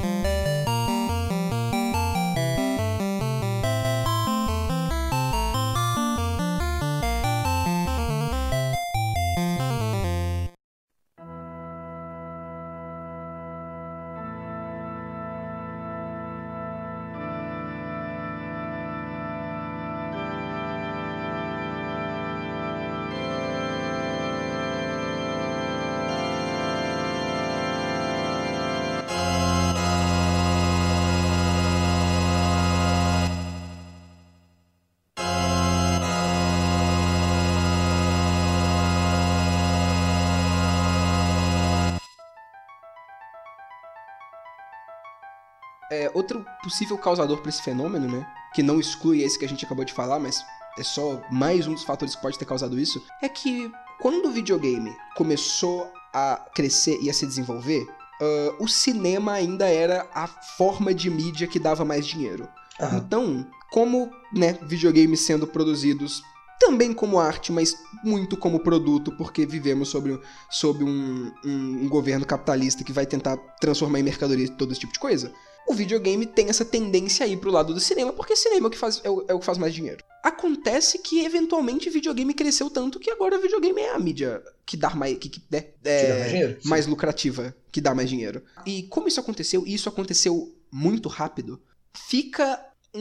S1: Outro possível causador para esse fenômeno, né, que não exclui esse que a gente acabou de falar, mas é só mais um dos fatores que pode ter causado isso, é que quando o videogame começou a crescer e a se desenvolver, o cinema ainda era a forma de mídia que dava mais dinheiro. Então, como, né, videogames sendo produzidos também como arte, mas muito como produto, porque vivemos sob um governo capitalista que vai tentar transformar em mercadoria todo esse tipo de coisa, o videogame tem essa tendência a ir pro lado do cinema, porque cinema é o que faz mais dinheiro. Acontece que, eventualmente, videogame cresceu tanto que agora o videogame é a mídia que dá mais,
S2: dá mais dinheiro,
S1: mais lucrativa, que dá mais dinheiro. E como isso aconteceu, e isso aconteceu muito rápido, fica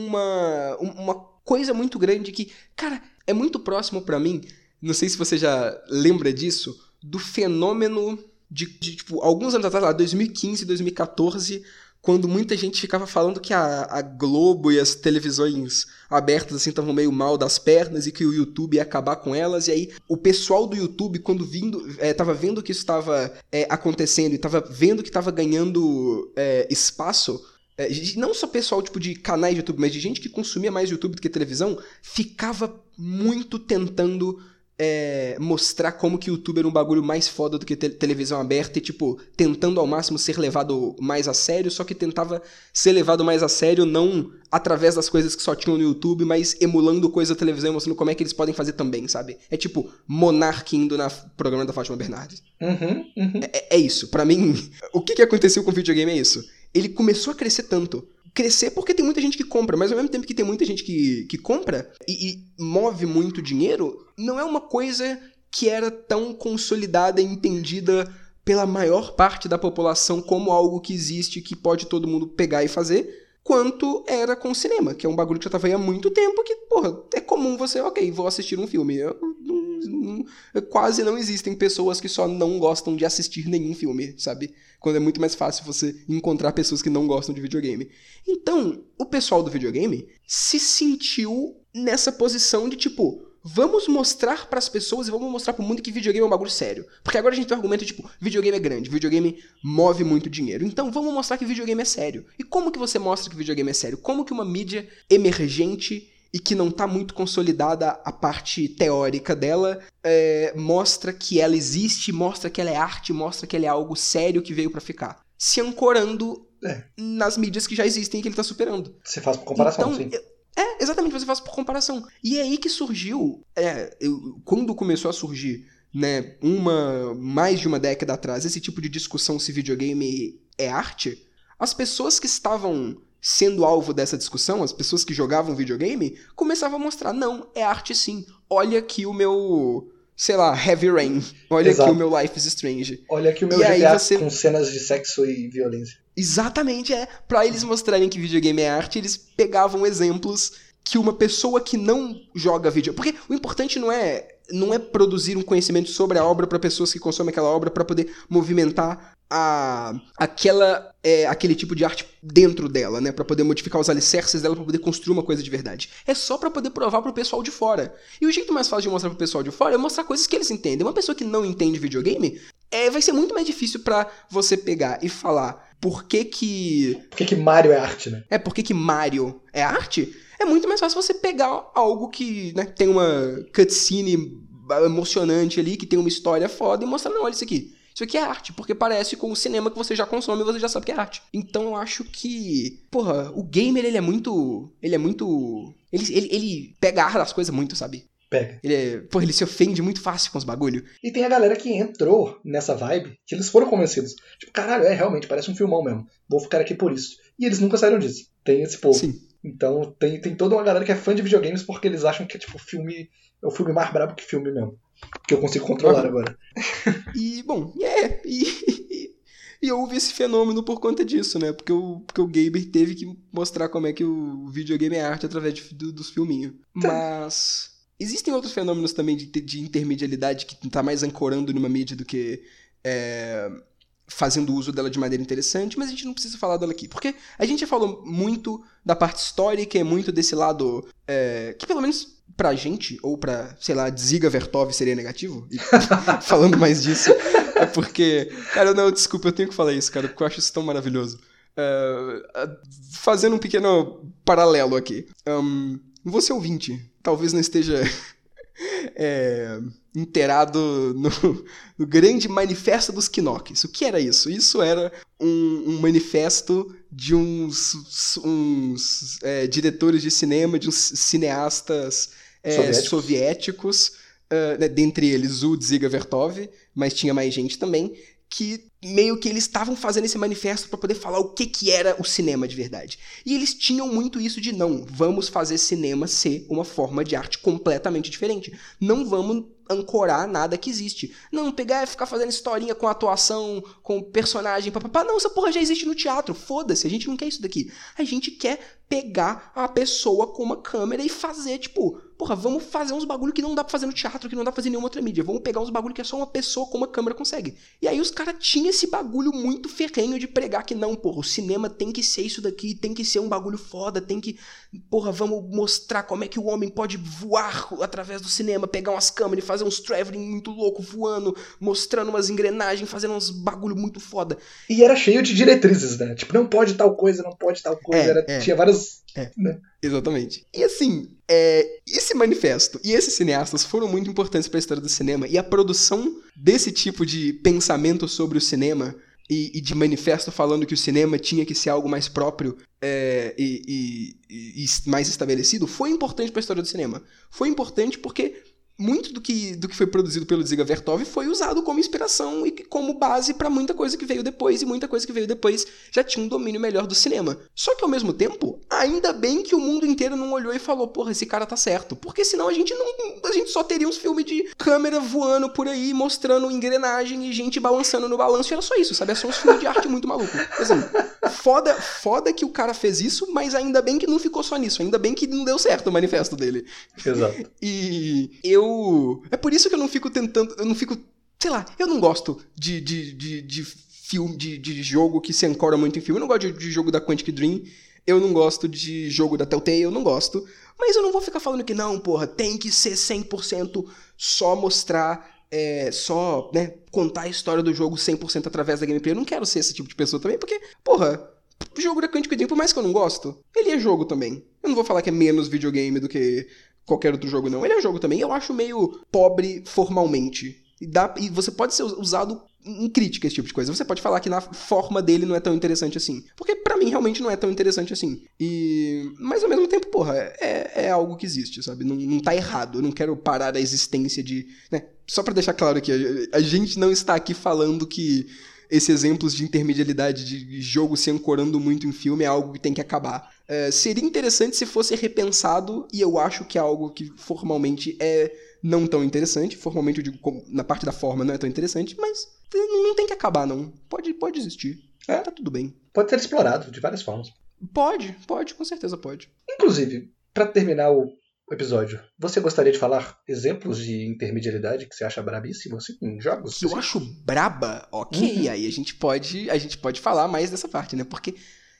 S1: uma coisa muito grande que, cara, é muito próximo pra mim, não sei se você já lembra disso, do fenômeno de tipo, alguns anos atrás, lá, 2015, 2014... quando muita gente ficava falando que a Globo e as televisões abertas assim estavam meio mal das pernas e que o YouTube ia acabar com elas, e aí o pessoal do YouTube, quando tava vendo que isso estava acontecendo e tava vendo que estava ganhando espaço, não só pessoal tipo de canais de YouTube, mas de gente que consumia mais YouTube do que televisão, ficava muito tentando mostrar como que o YouTube era um bagulho mais foda do que televisão aberta e, tipo, tentando ao máximo ser levado mais a sério, só que tentava ser levado mais a sério não através das coisas que só tinham no YouTube, mas emulando coisa da televisão e mostrando como é que eles podem fazer também, sabe? É tipo Monark indo no programa da Fátima Bernardes. É isso. Pra mim, o que aconteceu com o videogame é isso. Ele começou a crescer tanto. Crescer porque tem muita gente que compra, mas ao mesmo tempo que tem muita gente que compra e move muito dinheiro, não é uma coisa que era tão consolidada e entendida pela maior parte da população como algo que existe, que pode todo mundo pegar e fazer, quanto era com o cinema, que é um bagulho que já tava aí há muito tempo, que, porra, é comum você, vou assistir um filme. Quase não existem pessoas que só não gostam de assistir nenhum filme, sabe? Quando é muito mais fácil você encontrar pessoas que não gostam de videogame. Então, o pessoal do videogame se sentiu nessa posição de tipo, vamos mostrar pras pessoas e vamos mostrar pro mundo que videogame é um bagulho sério. Porque agora a gente tem o argumento de tipo, videogame é grande, videogame move muito dinheiro. Então vamos mostrar que videogame é sério. E como que você mostra que videogame é sério? Como que uma mídia emergente e que não tá muito consolidada a parte teórica dela, mostra que ela existe, mostra que ela é arte, mostra que ela é algo sério que veio pra ficar. Se ancorando nas mídias que já existem e que ele tá superando.
S2: Você faz por comparação,
S1: então,
S2: sim.
S1: Exatamente, você faz por comparação. E é aí que surgiu, quando começou a surgir, né, mais de uma década atrás, esse tipo de discussão se videogame é arte, as pessoas que estavam sendo alvo dessa discussão, as pessoas que jogavam videogame, começavam a mostrar, não, é arte sim. Olha aqui o meu, sei lá, Heavy Rain. Olha aqui o meu Life is Strange.
S2: Olha aqui o meu GTA com cenas de sexo e violência.
S1: Exatamente, pra eles mostrarem que videogame é arte, eles pegavam exemplos que uma pessoa que não joga vídeo... Porque o importante não é produzir um conhecimento sobre a obra para pessoas que consomem aquela obra para poder movimentar aquele tipo de arte dentro dela, né? Para poder modificar os alicerces dela, para poder construir uma coisa de verdade. É só para poder provar pro pessoal de fora. E o jeito mais fácil de mostrar pro pessoal de fora é mostrar coisas que eles entendem. Uma pessoa que não entende videogame, vai ser muito mais difícil para você pegar e falar por que
S2: Mario é arte, né?
S1: Por que Mario é arte? É muito mais fácil você pegar algo que, né, tem uma cutscene emocionante ali, que tem uma história foda, e mostrar, não, olha isso aqui. Isso aqui é arte, porque parece com o cinema que você já consome e você já sabe que é arte. Então eu acho que, o gamer, ele pega a arte das coisas muito, sabe?
S2: Pega.
S1: Ele se ofende muito fácil com os bagulho.
S2: E tem a galera que entrou nessa vibe, que eles foram convencidos. Tipo, caralho, realmente, parece um filmão mesmo. Vou ficar aqui por isso. E eles nunca saíram disso. Tem esse povo.
S1: Sim.
S2: Então tem toda uma galera que é fã de videogames porque eles acham que tipo, é o filme mais brabo que filme mesmo. Que eu consigo controlar agora.
S1: E, bom, e houve esse fenômeno por conta disso, né? Porque o gamer teve que mostrar como é que o videogame é arte através dos filminhos. Mas existem outros fenômenos também de intermedialidade que tá mais ancorando numa mídia do que fazendo uso dela de maneira interessante, mas a gente não precisa falar dela aqui. Porque a gente já falou muito da parte histórica, é muito desse lado que pelo menos pra gente, ou pra, sei lá, Dziga Vertov seria negativo, falando mais disso, é porque, cara, desculpa, eu tenho que falar isso, cara, porque eu acho isso tão maravilhoso. Fazendo um pequeno paralelo aqui. Você ouvinte, talvez não esteja inteirado no grande manifesto dos Knockers. O que era isso? Isso era um manifesto de uns diretores de cinema, de uns cineastas soviéticos, dentre eles o Dziga Vertov, mas tinha mais gente também, que meio que eles estavam fazendo esse manifesto para poder falar o que era o cinema de verdade. E eles tinham muito isso de não, vamos fazer cinema ser uma forma de arte completamente diferente. Não vamos ancorar nada que existe. Não, pegar e ficar fazendo historinha com atuação, com personagem, papapá. Não, essa porra já existe no teatro. Foda-se, a gente não quer isso daqui. A gente quer pegar a pessoa com uma câmera e fazer, tipo, vamos fazer uns bagulho que não dá pra fazer no teatro, que não dá pra fazer em nenhuma outra mídia. Vamos pegar uns bagulho que é só uma pessoa com uma câmera consegue. E aí os caras tinham esse bagulho muito ferrenho de pregar que não, o cinema tem que ser isso daqui, tem que ser um bagulho foda, tem que, vamos mostrar como é que o homem pode voar através do cinema, pegar umas câmeras e fazer uns traveling muito louco, voando, mostrando umas engrenagens, fazendo uns bagulho muito foda.
S2: E era cheio de diretrizes, né? Tipo, não pode tal coisa, não pode tal coisa. Tinha várias... né?
S1: Exatamente. E assim, esse manifesto e esses cineastas foram muito importantes para a história do cinema, e a produção desse tipo de pensamento sobre o cinema e de manifesto falando que o cinema tinha que ser algo mais próprio e mais estabelecido foi importante para a história do cinema. Foi importante porque muito do que foi produzido pelo Dziga Vertov foi usado como inspiração e como base pra muita coisa que veio depois, e muita coisa que veio depois já tinha um domínio melhor do cinema. Só que ao mesmo tempo, ainda bem que o mundo inteiro não olhou e falou, esse cara tá certo, porque senão a gente só teria uns filmes de câmera voando por aí, mostrando engrenagem e gente balançando no balanço, e era só isso, sabe? É só uns filmes de arte muito maluco. Assim, foda que o cara fez isso, mas ainda bem que não ficou só nisso, ainda bem que não deu certo o manifesto dele.
S2: Exato.
S1: E é por isso que eu não fico sei lá, eu não gosto de filme, de jogo que se ancora muito em filme. Eu não gosto de jogo da Quantic Dream, eu não gosto de jogo da Telltale, eu não gosto. Mas eu não vou ficar falando que não, tem que ser 100% só mostrar, só, né, contar a história do jogo 100% através da gameplay. Eu não quero ser esse tipo de pessoa também, porque, O jogo da Quantic Dream, por mais que eu não gosto, ele é jogo também. Eu não vou falar que é menos videogame do que qualquer outro jogo, não. Ele é jogo também. Eu acho meio pobre formalmente. E você pode ser usado em crítica, esse tipo de coisa. Você pode falar que na forma dele não é tão interessante assim. Porque pra mim realmente não é tão interessante assim. Mas ao mesmo tempo, porra, é algo que existe, sabe? Não tá errado. Eu não quero parar a existência de... Né? Só pra deixar claro aqui, a gente não está aqui falando que esses exemplos de intermedialidade de jogo se ancorando muito em filme é algo que tem que acabar. Seria interessante se fosse repensado, e eu acho que é algo que formalmente é não tão interessante. Formalmente eu digo, na parte da forma não é tão interessante, mas não tem que acabar, não. Pode existir. Tá tudo bem.
S2: Pode ser explorado de várias formas.
S1: Pode, com certeza pode.
S2: Inclusive, pra terminar o episódio, você gostaria de falar exemplos de intermedialidade que você acha brabíssimo, assim, em jogos?
S1: Que eu acho braba? Ok, aí a gente pode falar mais dessa parte, né? Porque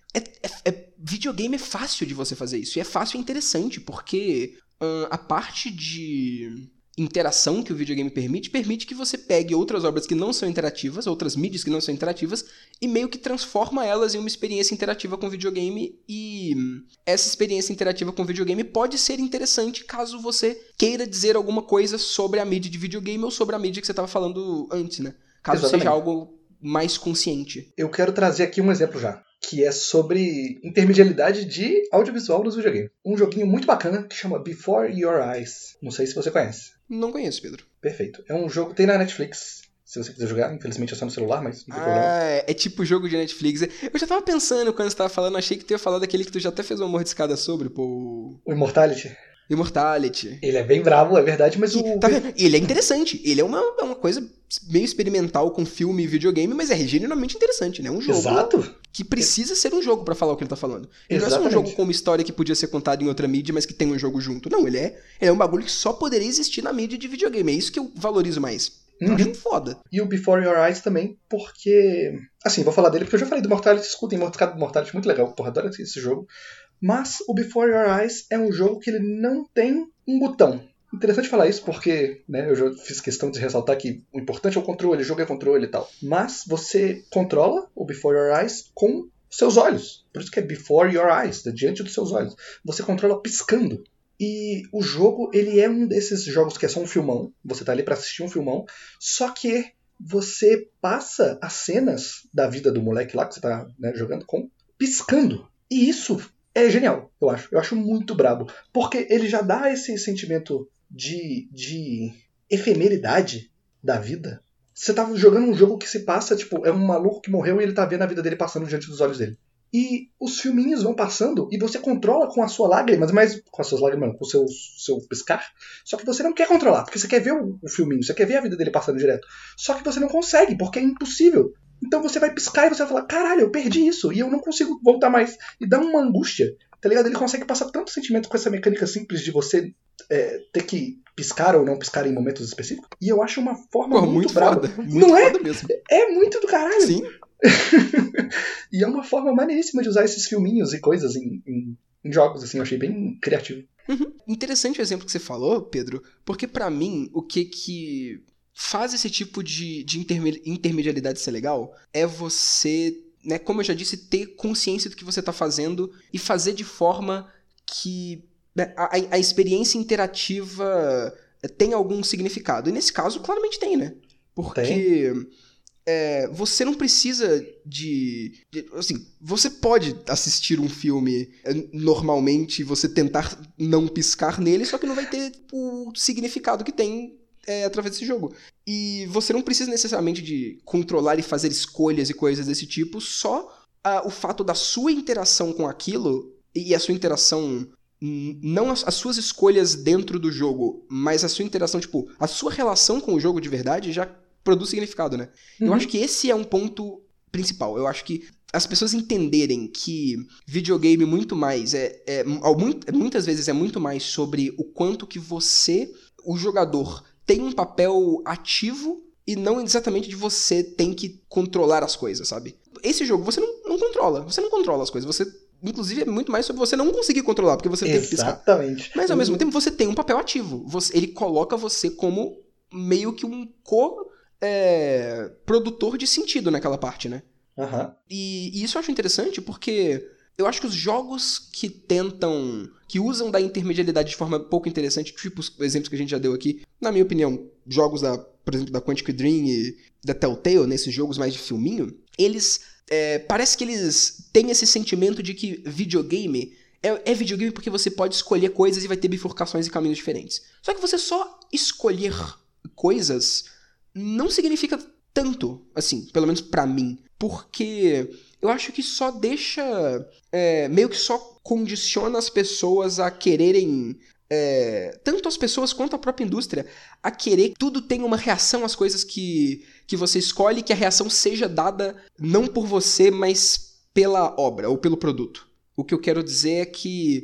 S1: videogame é fácil de você fazer isso. E é fácil e interessante, porque a parte de interação que o videogame permite que você pegue outras obras que não são interativas, outras mídias que não são interativas, e meio que transforma elas em uma experiência interativa com videogame, e essa experiência interativa com videogame pode ser interessante caso você queira dizer alguma coisa sobre a mídia de videogame ou sobre a mídia que você estava falando antes, né? Caso
S2: Exatamente.
S1: seja algo mais consciente.
S2: Eu quero trazer aqui um exemplo já, que é sobre intermedialidade de audiovisual nos videogames. Um joguinho muito bacana que chama Before Your Eyes. Não sei se você conhece.
S1: Não conheço, Pedro.
S2: Perfeito. É um jogo, tem na Netflix, se você quiser jogar. Infelizmente é só no celular, mas não tem problema.
S1: É tipo jogo de Netflix. Eu já tava pensando quando você tava falando, achei que tu ia falar daquele que tu já até fez uma mordiscada sobre, pô.
S2: O Immortality.
S1: Immortality.
S2: Ele é bem bravo, é verdade, mas
S1: Tá vendo? Ele é interessante. Ele é uma coisa meio experimental com filme e videogame, mas é genuinamente interessante, né? É um jogo
S2: Exato.
S1: que precisa ser um jogo pra falar o que ele tá falando. Ele não é só um jogo com uma história que podia ser contada em outra mídia, mas que tem um jogo junto. Não, ele é um bagulho que só poderia existir na mídia de videogame. É isso que eu valorizo mais. Eu acho foda.
S2: E o Before Your Eyes também, porque... Assim, vou falar dele porque eu já falei do Mortality. Escutem o Mortality do Mortality, muito legal. Porra, adoro esse jogo. Mas o Before Your Eyes é um jogo que ele não tem um botão. Interessante falar isso porque, né, eu já fiz questão de ressaltar que o importante é o controle, o jogo é controle e tal. Mas você controla o Before Your Eyes com seus olhos. Por isso que é Before Your Eyes, diante dos seus olhos. Você controla piscando. E o jogo, ele é um desses jogos que é só um filmão. Você tá ali pra assistir um filmão. Só que você passa as cenas da vida do moleque lá que você tá, né, jogando com piscando. E isso é genial, eu acho. Eu acho muito brabo. Porque ele já dá esse sentimento de efemeridade da vida. Você tá jogando um jogo que se passa, tipo, é um maluco que morreu e ele tá vendo a vida dele passando diante dos olhos dele. E os filminhos vão passando e você controla com as suas lágrimas, mas com as suas lágrimas, não, com o seu piscar. Só que você não quer controlar, porque você quer ver o filminho, você quer ver a vida dele passando direto. Só que você não consegue, porque é impossível. Então você vai piscar e você vai falar, caralho, eu perdi isso e eu não consigo voltar mais. E dá uma angústia, tá ligado? Ele consegue passar tanto sentimento com essa mecânica simples de você ter que piscar ou não piscar em momentos específicos. E eu acho uma forma muito brava. Não é?
S1: Mesmo.
S2: É muito do caralho.
S1: Sim.
S2: E é uma forma maneiríssima de usar esses filminhos e coisas em jogos, assim, eu achei bem criativo.
S1: Interessante o exemplo que você falou, Pedro, porque pra mim, o que faz esse tipo de intermedialidade ser legal é você, né, como eu já disse, ter consciência do que você tá fazendo e fazer de forma que a experiência interativa tem algum significado. E nesse caso, claramente tem, né? Porque você não precisa assim, você pode assistir um filme normalmente, você tentar não piscar nele, só que não vai ter o significado que tem através desse jogo. E você não precisa necessariamente de controlar e fazer escolhas e coisas desse tipo, só o fato da sua interação com aquilo e a sua interação, não as suas escolhas dentro do jogo, mas a sua interação, tipo, a sua relação com o jogo de verdade já produz significado, né? Eu acho que esse é um ponto principal. Eu acho que as pessoas entenderem que videogame muito mais muitas vezes é muito mais sobre o quanto que você, o jogador, tem um papel ativo e não exatamente de você tem que controlar as coisas, sabe? Esse jogo você não controla. Você não controla as coisas. Você, inclusive, é muito mais sobre você não conseguir controlar, porque você tem que piscar.
S2: Exatamente.
S1: Mas ao mesmo tempo você tem um papel ativo. Ele coloca você como meio que um produtor de sentido naquela parte, né?
S2: Aham.
S1: E isso eu acho interessante porque eu acho que os jogos que usam da intermedialidade de forma pouco interessante, tipo os exemplos que a gente já deu aqui, na minha opinião, jogos por exemplo, da Quantic Dream e da Telltale, nesses jogos mais de filminho, parece que eles têm esse sentimento de que videogame é videogame porque você pode escolher coisas e vai ter bifurcações e caminhos diferentes. Só que você só escolher coisas não significa tanto, assim, pelo menos pra mim. Porque eu acho que só deixa... meio que só condiciona as pessoas a quererem... tanto as pessoas quanto a própria indústria a querer que tudo tenha uma reação às coisas que você escolhe, que a reação seja dada não por você, mas pela obra ou pelo produto. O que eu quero dizer é que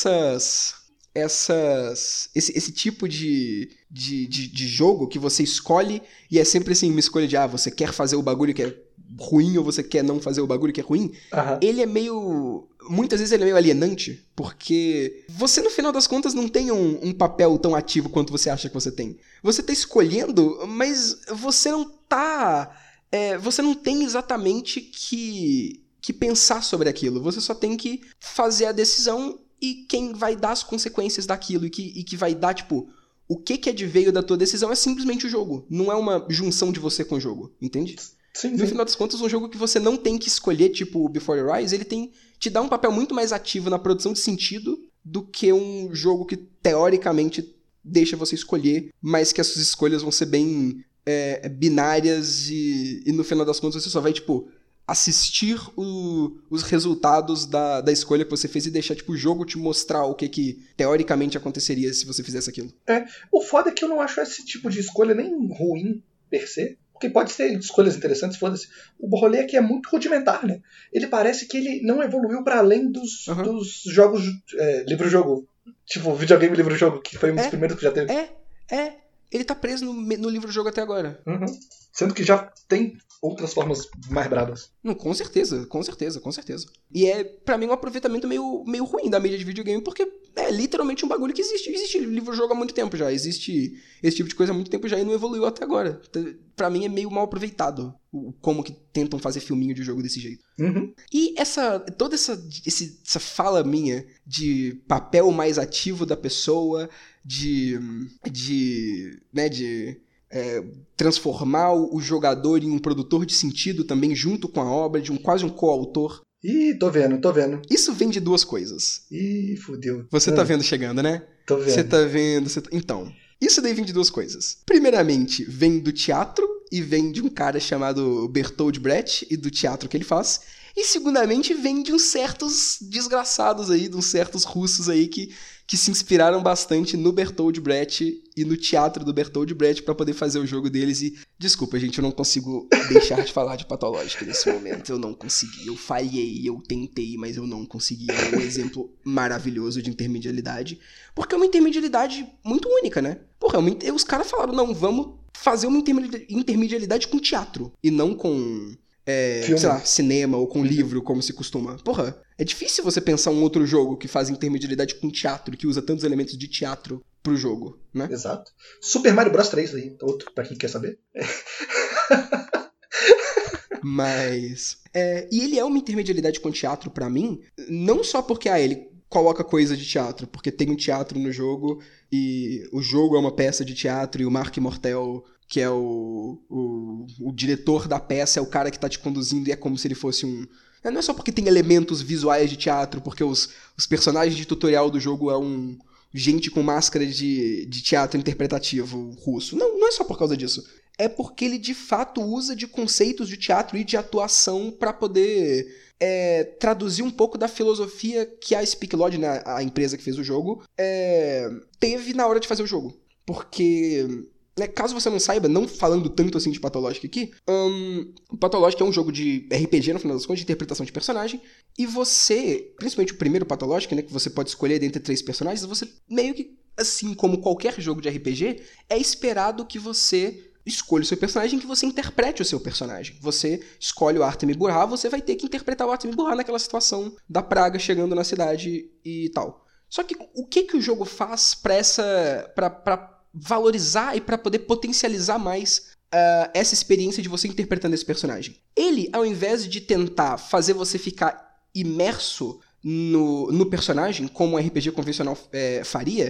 S1: esse tipo de jogo que você escolhe e é sempre assim, uma escolha de você quer fazer o bagulho que é ruim ou você quer não fazer o bagulho que é ruim, ele é meio... Muitas vezes ele é meio alienante, porque você, no final das contas, não tem um papel tão ativo quanto você acha que você tem. Você tá escolhendo, mas você não tá... você não tem exatamente que pensar sobre aquilo. Você só tem que fazer a decisão e quem vai dar as consequências daquilo e que vai dar, tipo... O que adveio da tua decisão é simplesmente o jogo. Não é uma junção de você com o jogo, entende?
S2: Sim.
S1: No final das contas, um jogo que você não tem que escolher, tipo o Before Your Eyes, ele te dá um papel muito mais ativo na produção de sentido do que um jogo que, teoricamente, deixa você escolher, mas que as suas escolhas vão ser bem binárias e no final das contas você só vai, tipo, assistir os resultados da escolha que você fez e deixar, tipo, o jogo te mostrar o que teoricamente aconteceria se você fizesse aquilo.
S2: O foda é que eu não acho esse tipo de escolha nem ruim, per se. Porque pode ser escolhas interessantes, foda-se. O rolê aqui é muito rudimentar, né? Ele parece que ele não evoluiu pra além dos jogos... livro-jogo. Tipo, videogame livro-jogo, que foi um dos primeiros que já teve.
S1: Ele tá preso no livro-jogo até agora.
S2: Uhum. Sendo que já tem outras formas mais bravas.
S1: Com certeza. E pra mim, um aproveitamento meio ruim da mídia de videogame, porque é literalmente um bagulho que existe. Existe livro-jogo há muito tempo já. Existe esse tipo de coisa há muito tempo já e não evoluiu até agora. Pra mim é meio mal aproveitado como que tentam fazer filminho de jogo desse jeito.
S2: Uhum.
S1: E toda essa fala minha de papel mais ativo da pessoa, de transformar o jogador em um produtor de sentido também junto com a obra, de quase um coautor.
S2: Ih, tô vendo.
S1: Isso vem de duas coisas.
S2: Ih, fudeu.
S1: Você tá vendo chegando, né?
S2: Tô vendo.
S1: Você tá vendo... Então, isso daí vem de duas coisas. Primeiramente, vem do teatro e vem de um cara chamado Bertold Brecht e do teatro que ele faz. E segundamente, vem de uns certos desgraçados aí, de uns certos russos aí que se inspiraram bastante no Bertold Brecht e no teatro do Bertold Brecht pra poder fazer o jogo deles. E, desculpa, gente, eu não consigo deixar de falar de Patológica nesse momento. Eu não consegui, eu falhei, eu tentei, mas eu não consegui. É um exemplo maravilhoso de intermedialidade. Porque é uma intermedialidade muito única, né? Porra, os caras falaram, não, vamos fazer uma intermedialidade com teatro e não com... sei lá, cinema ou com livro, como se costuma. Porra, é difícil você pensar um outro jogo que faz intermedialidade com teatro, que usa tantos elementos de teatro pro jogo, né?
S2: Exato. Super Mario Bros 3 aí, outro, pra quem quer saber.
S1: Mas... e ele é uma intermedialidade com teatro pra mim, não só porque, ele coloca coisa de teatro, porque tem um teatro no jogo, e o jogo é uma peça de teatro, e o Mark Mortel... que é o diretor da peça, é o cara que tá te conduzindo e é como se ele fosse um... Não é só porque tem elementos visuais de teatro, porque os personagens de tutorial do jogo é gente com máscara de teatro interpretativo russo. Não é só por causa disso. É porque ele de fato usa de conceitos de teatro e de atuação pra poder traduzir um pouco da filosofia que a Speak Lodge, né, a empresa que fez o jogo, teve na hora de fazer o jogo. Porque... caso você não saiba, não falando tanto assim de Patológica aqui, Patológica é um jogo de RPG, no final das contas, de interpretação de personagem, e você, principalmente o primeiro Patológica, né, que você pode escolher dentre 3 personagens, você meio que, assim como qualquer jogo de RPG, é esperado que você escolha o seu personagem, que você interprete o seu personagem. Você escolhe o Artemi Burra, você vai ter que interpretar o Artemi Burra naquela situação da praga chegando na cidade e tal. Só que o que o jogo faz pra valorizar e para poder potencializar mais essa experiência de você interpretando esse personagem. Ele, ao invés de tentar fazer você ficar imerso no personagem, como um RPG convencional faria,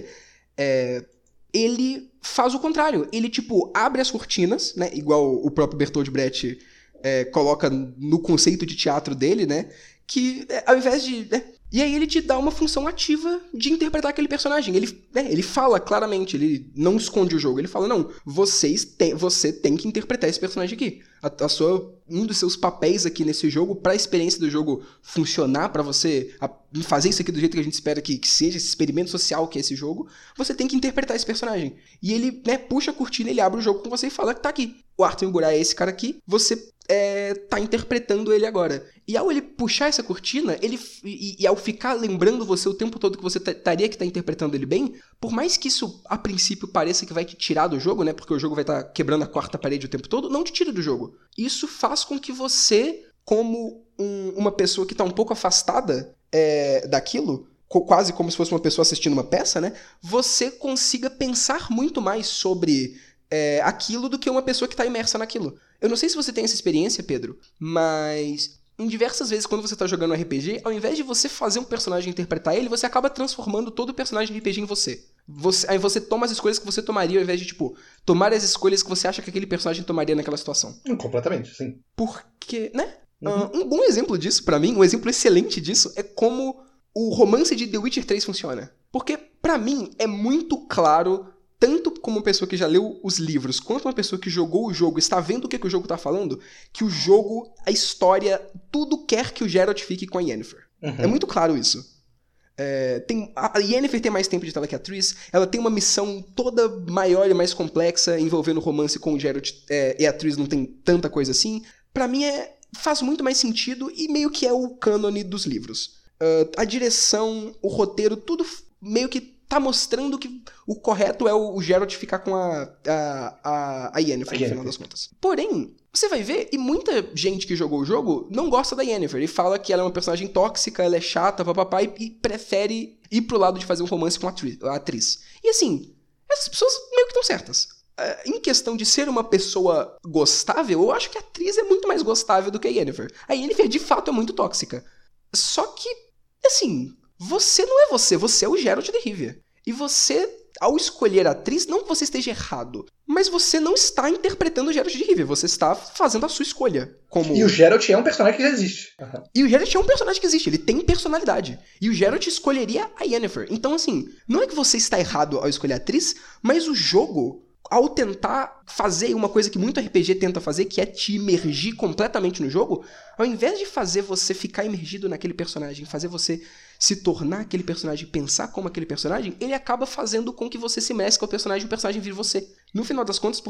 S1: ele faz o contrário. Ele, tipo, abre as cortinas, né? Igual o próprio Bertold Brecht coloca no conceito de teatro dele, né? Que ao invés de... E aí ele te dá uma função ativa de interpretar aquele personagem. Ele fala claramente, ele não esconde o jogo. Ele fala, não, você tem que interpretar esse personagem aqui. Um dos seus papéis aqui nesse jogo, pra experiência do jogo funcionar, pra você fazer isso aqui do jeito que a gente espera que seja, esse experimento social que é esse jogo, você tem que interpretar esse personagem. E ele, puxa a cortina, ele abre o jogo com você e fala que tá aqui. O Arthur Mburá é esse cara aqui, você tá interpretando ele agora. E ao ele puxar essa cortina, e ao ficar lembrando você o tempo todo que você estaria que tá interpretando ele bem, por mais que isso a princípio pareça que vai te tirar do jogo, né? Porque o jogo vai estar quebrando a quarta parede o tempo todo, não te tira do jogo. Isso faz com que você, como uma pessoa que tá um pouco afastada daquilo, quase como se fosse uma pessoa assistindo uma peça, né? Você consiga pensar muito mais sobre aquilo do que uma pessoa que tá imersa naquilo. Eu não sei se você tem essa experiência, Pedro, mas em diversas vezes quando você tá jogando um RPG, ao invés de você fazer um personagem interpretar ele, você acaba transformando todo o personagem de RPG em você. Aí você toma as escolhas que você tomaria ao invés de, tipo, tomar as escolhas que você acha que aquele personagem tomaria naquela situação.
S2: Completamente, sim.
S1: Porque, né? Um bom exemplo disso, pra mim, um exemplo excelente disso, é como o romance de The Witcher 3 funciona. Porque, pra mim, é muito claro, tanto como uma pessoa que já leu os livros, quanto uma pessoa que jogou o jogo, está vendo o que o jogo tá falando, que o jogo, a história, tudo quer que o Geralt fique com a Yennefer. É muito claro isso. A Yennefer tem mais tempo de tela que a Triss, ela tem uma missão toda maior e mais complexa, envolvendo romance com o Geralt, e a Triss não tem tanta coisa assim. Pra mim faz muito mais sentido e meio que é o cânone dos livros. A direção, o roteiro, tudo meio que tá mostrando que o correto é o Geralt ficar com a Yennefer, no final das contas. Porém, você vai ver, e muita gente que jogou o jogo não gosta da Yennefer, e fala que ela é uma personagem tóxica, ela é chata, papapá, e prefere ir pro lado de fazer um romance com a atriz. E assim, essas pessoas meio que estão certas. Em questão de ser uma pessoa gostável, eu acho que a atriz é muito mais gostável do que a Yennefer. A Yennefer, de fato, é muito tóxica. Só que, assim, você não é você é o Geralt de Rivia. E você, ao escolher a atriz, não que você esteja errado, mas você não está interpretando o Geralt de Rivia, você está fazendo a sua escolha.
S2: E o Geralt é um personagem que já existe.
S1: E o Geralt é um personagem que existe, ele tem personalidade. E o Geralt escolheria a Yennefer. Então, assim, não é que você está errado ao escolher a atriz, mas o jogo, ao tentar fazer uma coisa que muito RPG tenta fazer, que é te imergir completamente no jogo, ao invés de fazer você ficar imergido naquele personagem, fazer você se tornar aquele personagem, pensar como aquele personagem, ele acaba fazendo com que você se imerse com o personagem vire você. No final das contas,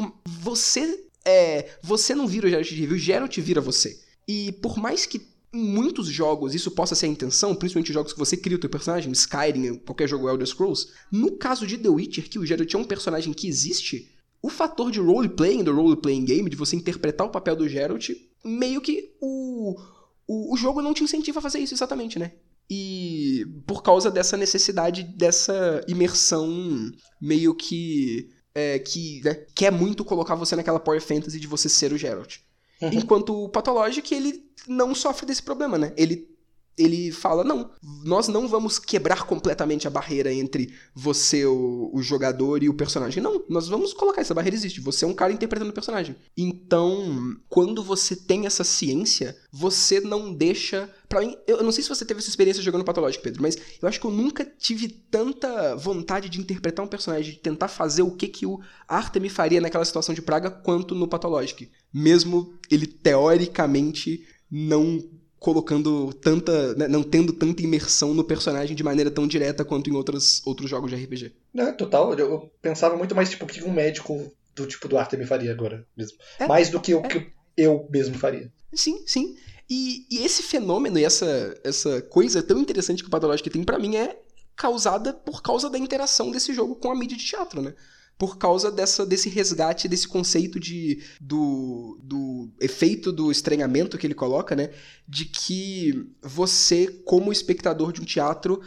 S1: você não vira o Geralt de Rivia, o Geralt vira você. E por mais que em muitos jogos isso possa ser a intenção, principalmente jogos que você cria o teu personagem, Skyrim, qualquer jogo Elder Scrolls, no caso de The Witcher, que o Geralt é um personagem que existe, o fator de roleplaying, do roleplaying game, de você interpretar o papel do Geralt, meio que o jogo não te incentiva a fazer isso exatamente, né? E por causa dessa necessidade, dessa imersão meio que quer muito colocar você naquela Power Fantasy de você ser o Geralt. Enquanto o Pathologic, ele não sofre desse problema, né? Ele fala, não, nós não vamos quebrar completamente a barreira entre você, o jogador, e o personagem. Não, nós vamos colocar essa barreira existe. Você é um cara interpretando o personagem. Então, quando você tem essa ciência, você não deixa... Pra mim, eu não sei se você teve essa experiência jogando Pathologic, Pedro, mas eu acho que eu nunca tive tanta vontade de interpretar um personagem, de tentar fazer o que o Arthur faria naquela situação de praga, quanto no Pathologic. Mesmo ele, teoricamente, não colocando não tendo tanta imersão no personagem de maneira tão direta quanto em outros jogos de RPG.
S2: Total, eu pensava muito mais tipo que um médico do tipo do Arthur faria agora mesmo. Mais do que o que eu mesmo faria.
S1: Sim, sim. E esse fenômeno e essa coisa tão interessante que o Pathologic tem, pra mim, é causada por causa da interação desse jogo com a mídia de teatro, né? Por causa desse resgate, desse conceito do efeito do estranhamento que ele coloca, né? De que você, como espectador de um teatro,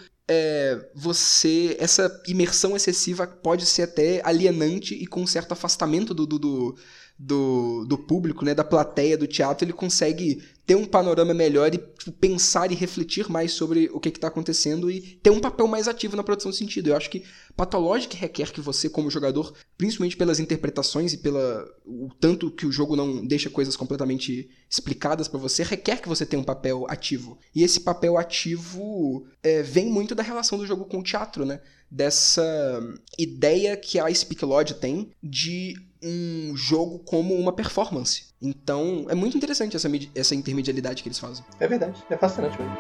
S1: essa imersão excessiva pode ser até alienante e com um certo afastamento do público, né, da plateia do teatro, ele consegue ter um panorama melhor e pensar e refletir mais sobre o que está acontecendo e ter um papel mais ativo na produção de sentido. Eu acho que Pathologic requer que você, como jogador, principalmente pelas interpretações e o tanto que o jogo não deixa coisas completamente explicadas para você, requer que você tenha um papel ativo. E esse papel ativo vem muito da relação do jogo com o teatro, né? Dessa ideia que a Speak Lodge tem de um jogo como uma performance. Então, é muito interessante essa intermedialidade que eles fazem.
S2: É verdade, é fascinante mesmo.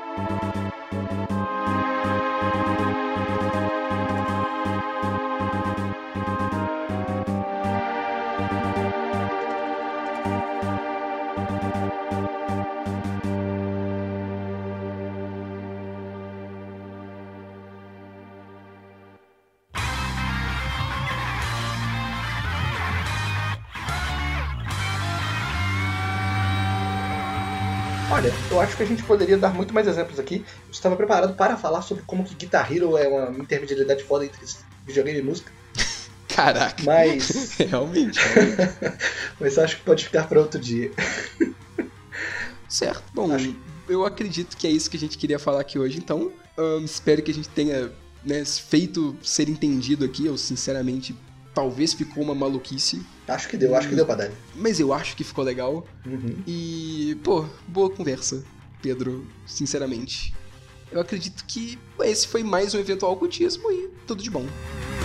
S2: Olha, eu acho que a gente poderia dar muito mais exemplos aqui. Eu estava preparado para falar sobre como que Guitar Hero é uma intermedialidade foda entre videogame e música.
S1: Caraca.
S2: Mas...
S1: Realmente.
S2: Mas acho que pode ficar para outro dia.
S1: Certo. Bom, eu acredito que é isso que a gente queria falar aqui hoje. Então, espero que a gente tenha, né, feito ser entendido aqui. Eu, sinceramente, talvez ficou uma maluquice.
S2: Acho que deu pra dar.
S1: Mas eu acho que ficou legal.
S2: Uhum.
S1: E, pô, boa conversa, Pedro, sinceramente. Eu acredito que esse foi mais um eventual ocultismo e tudo de bom.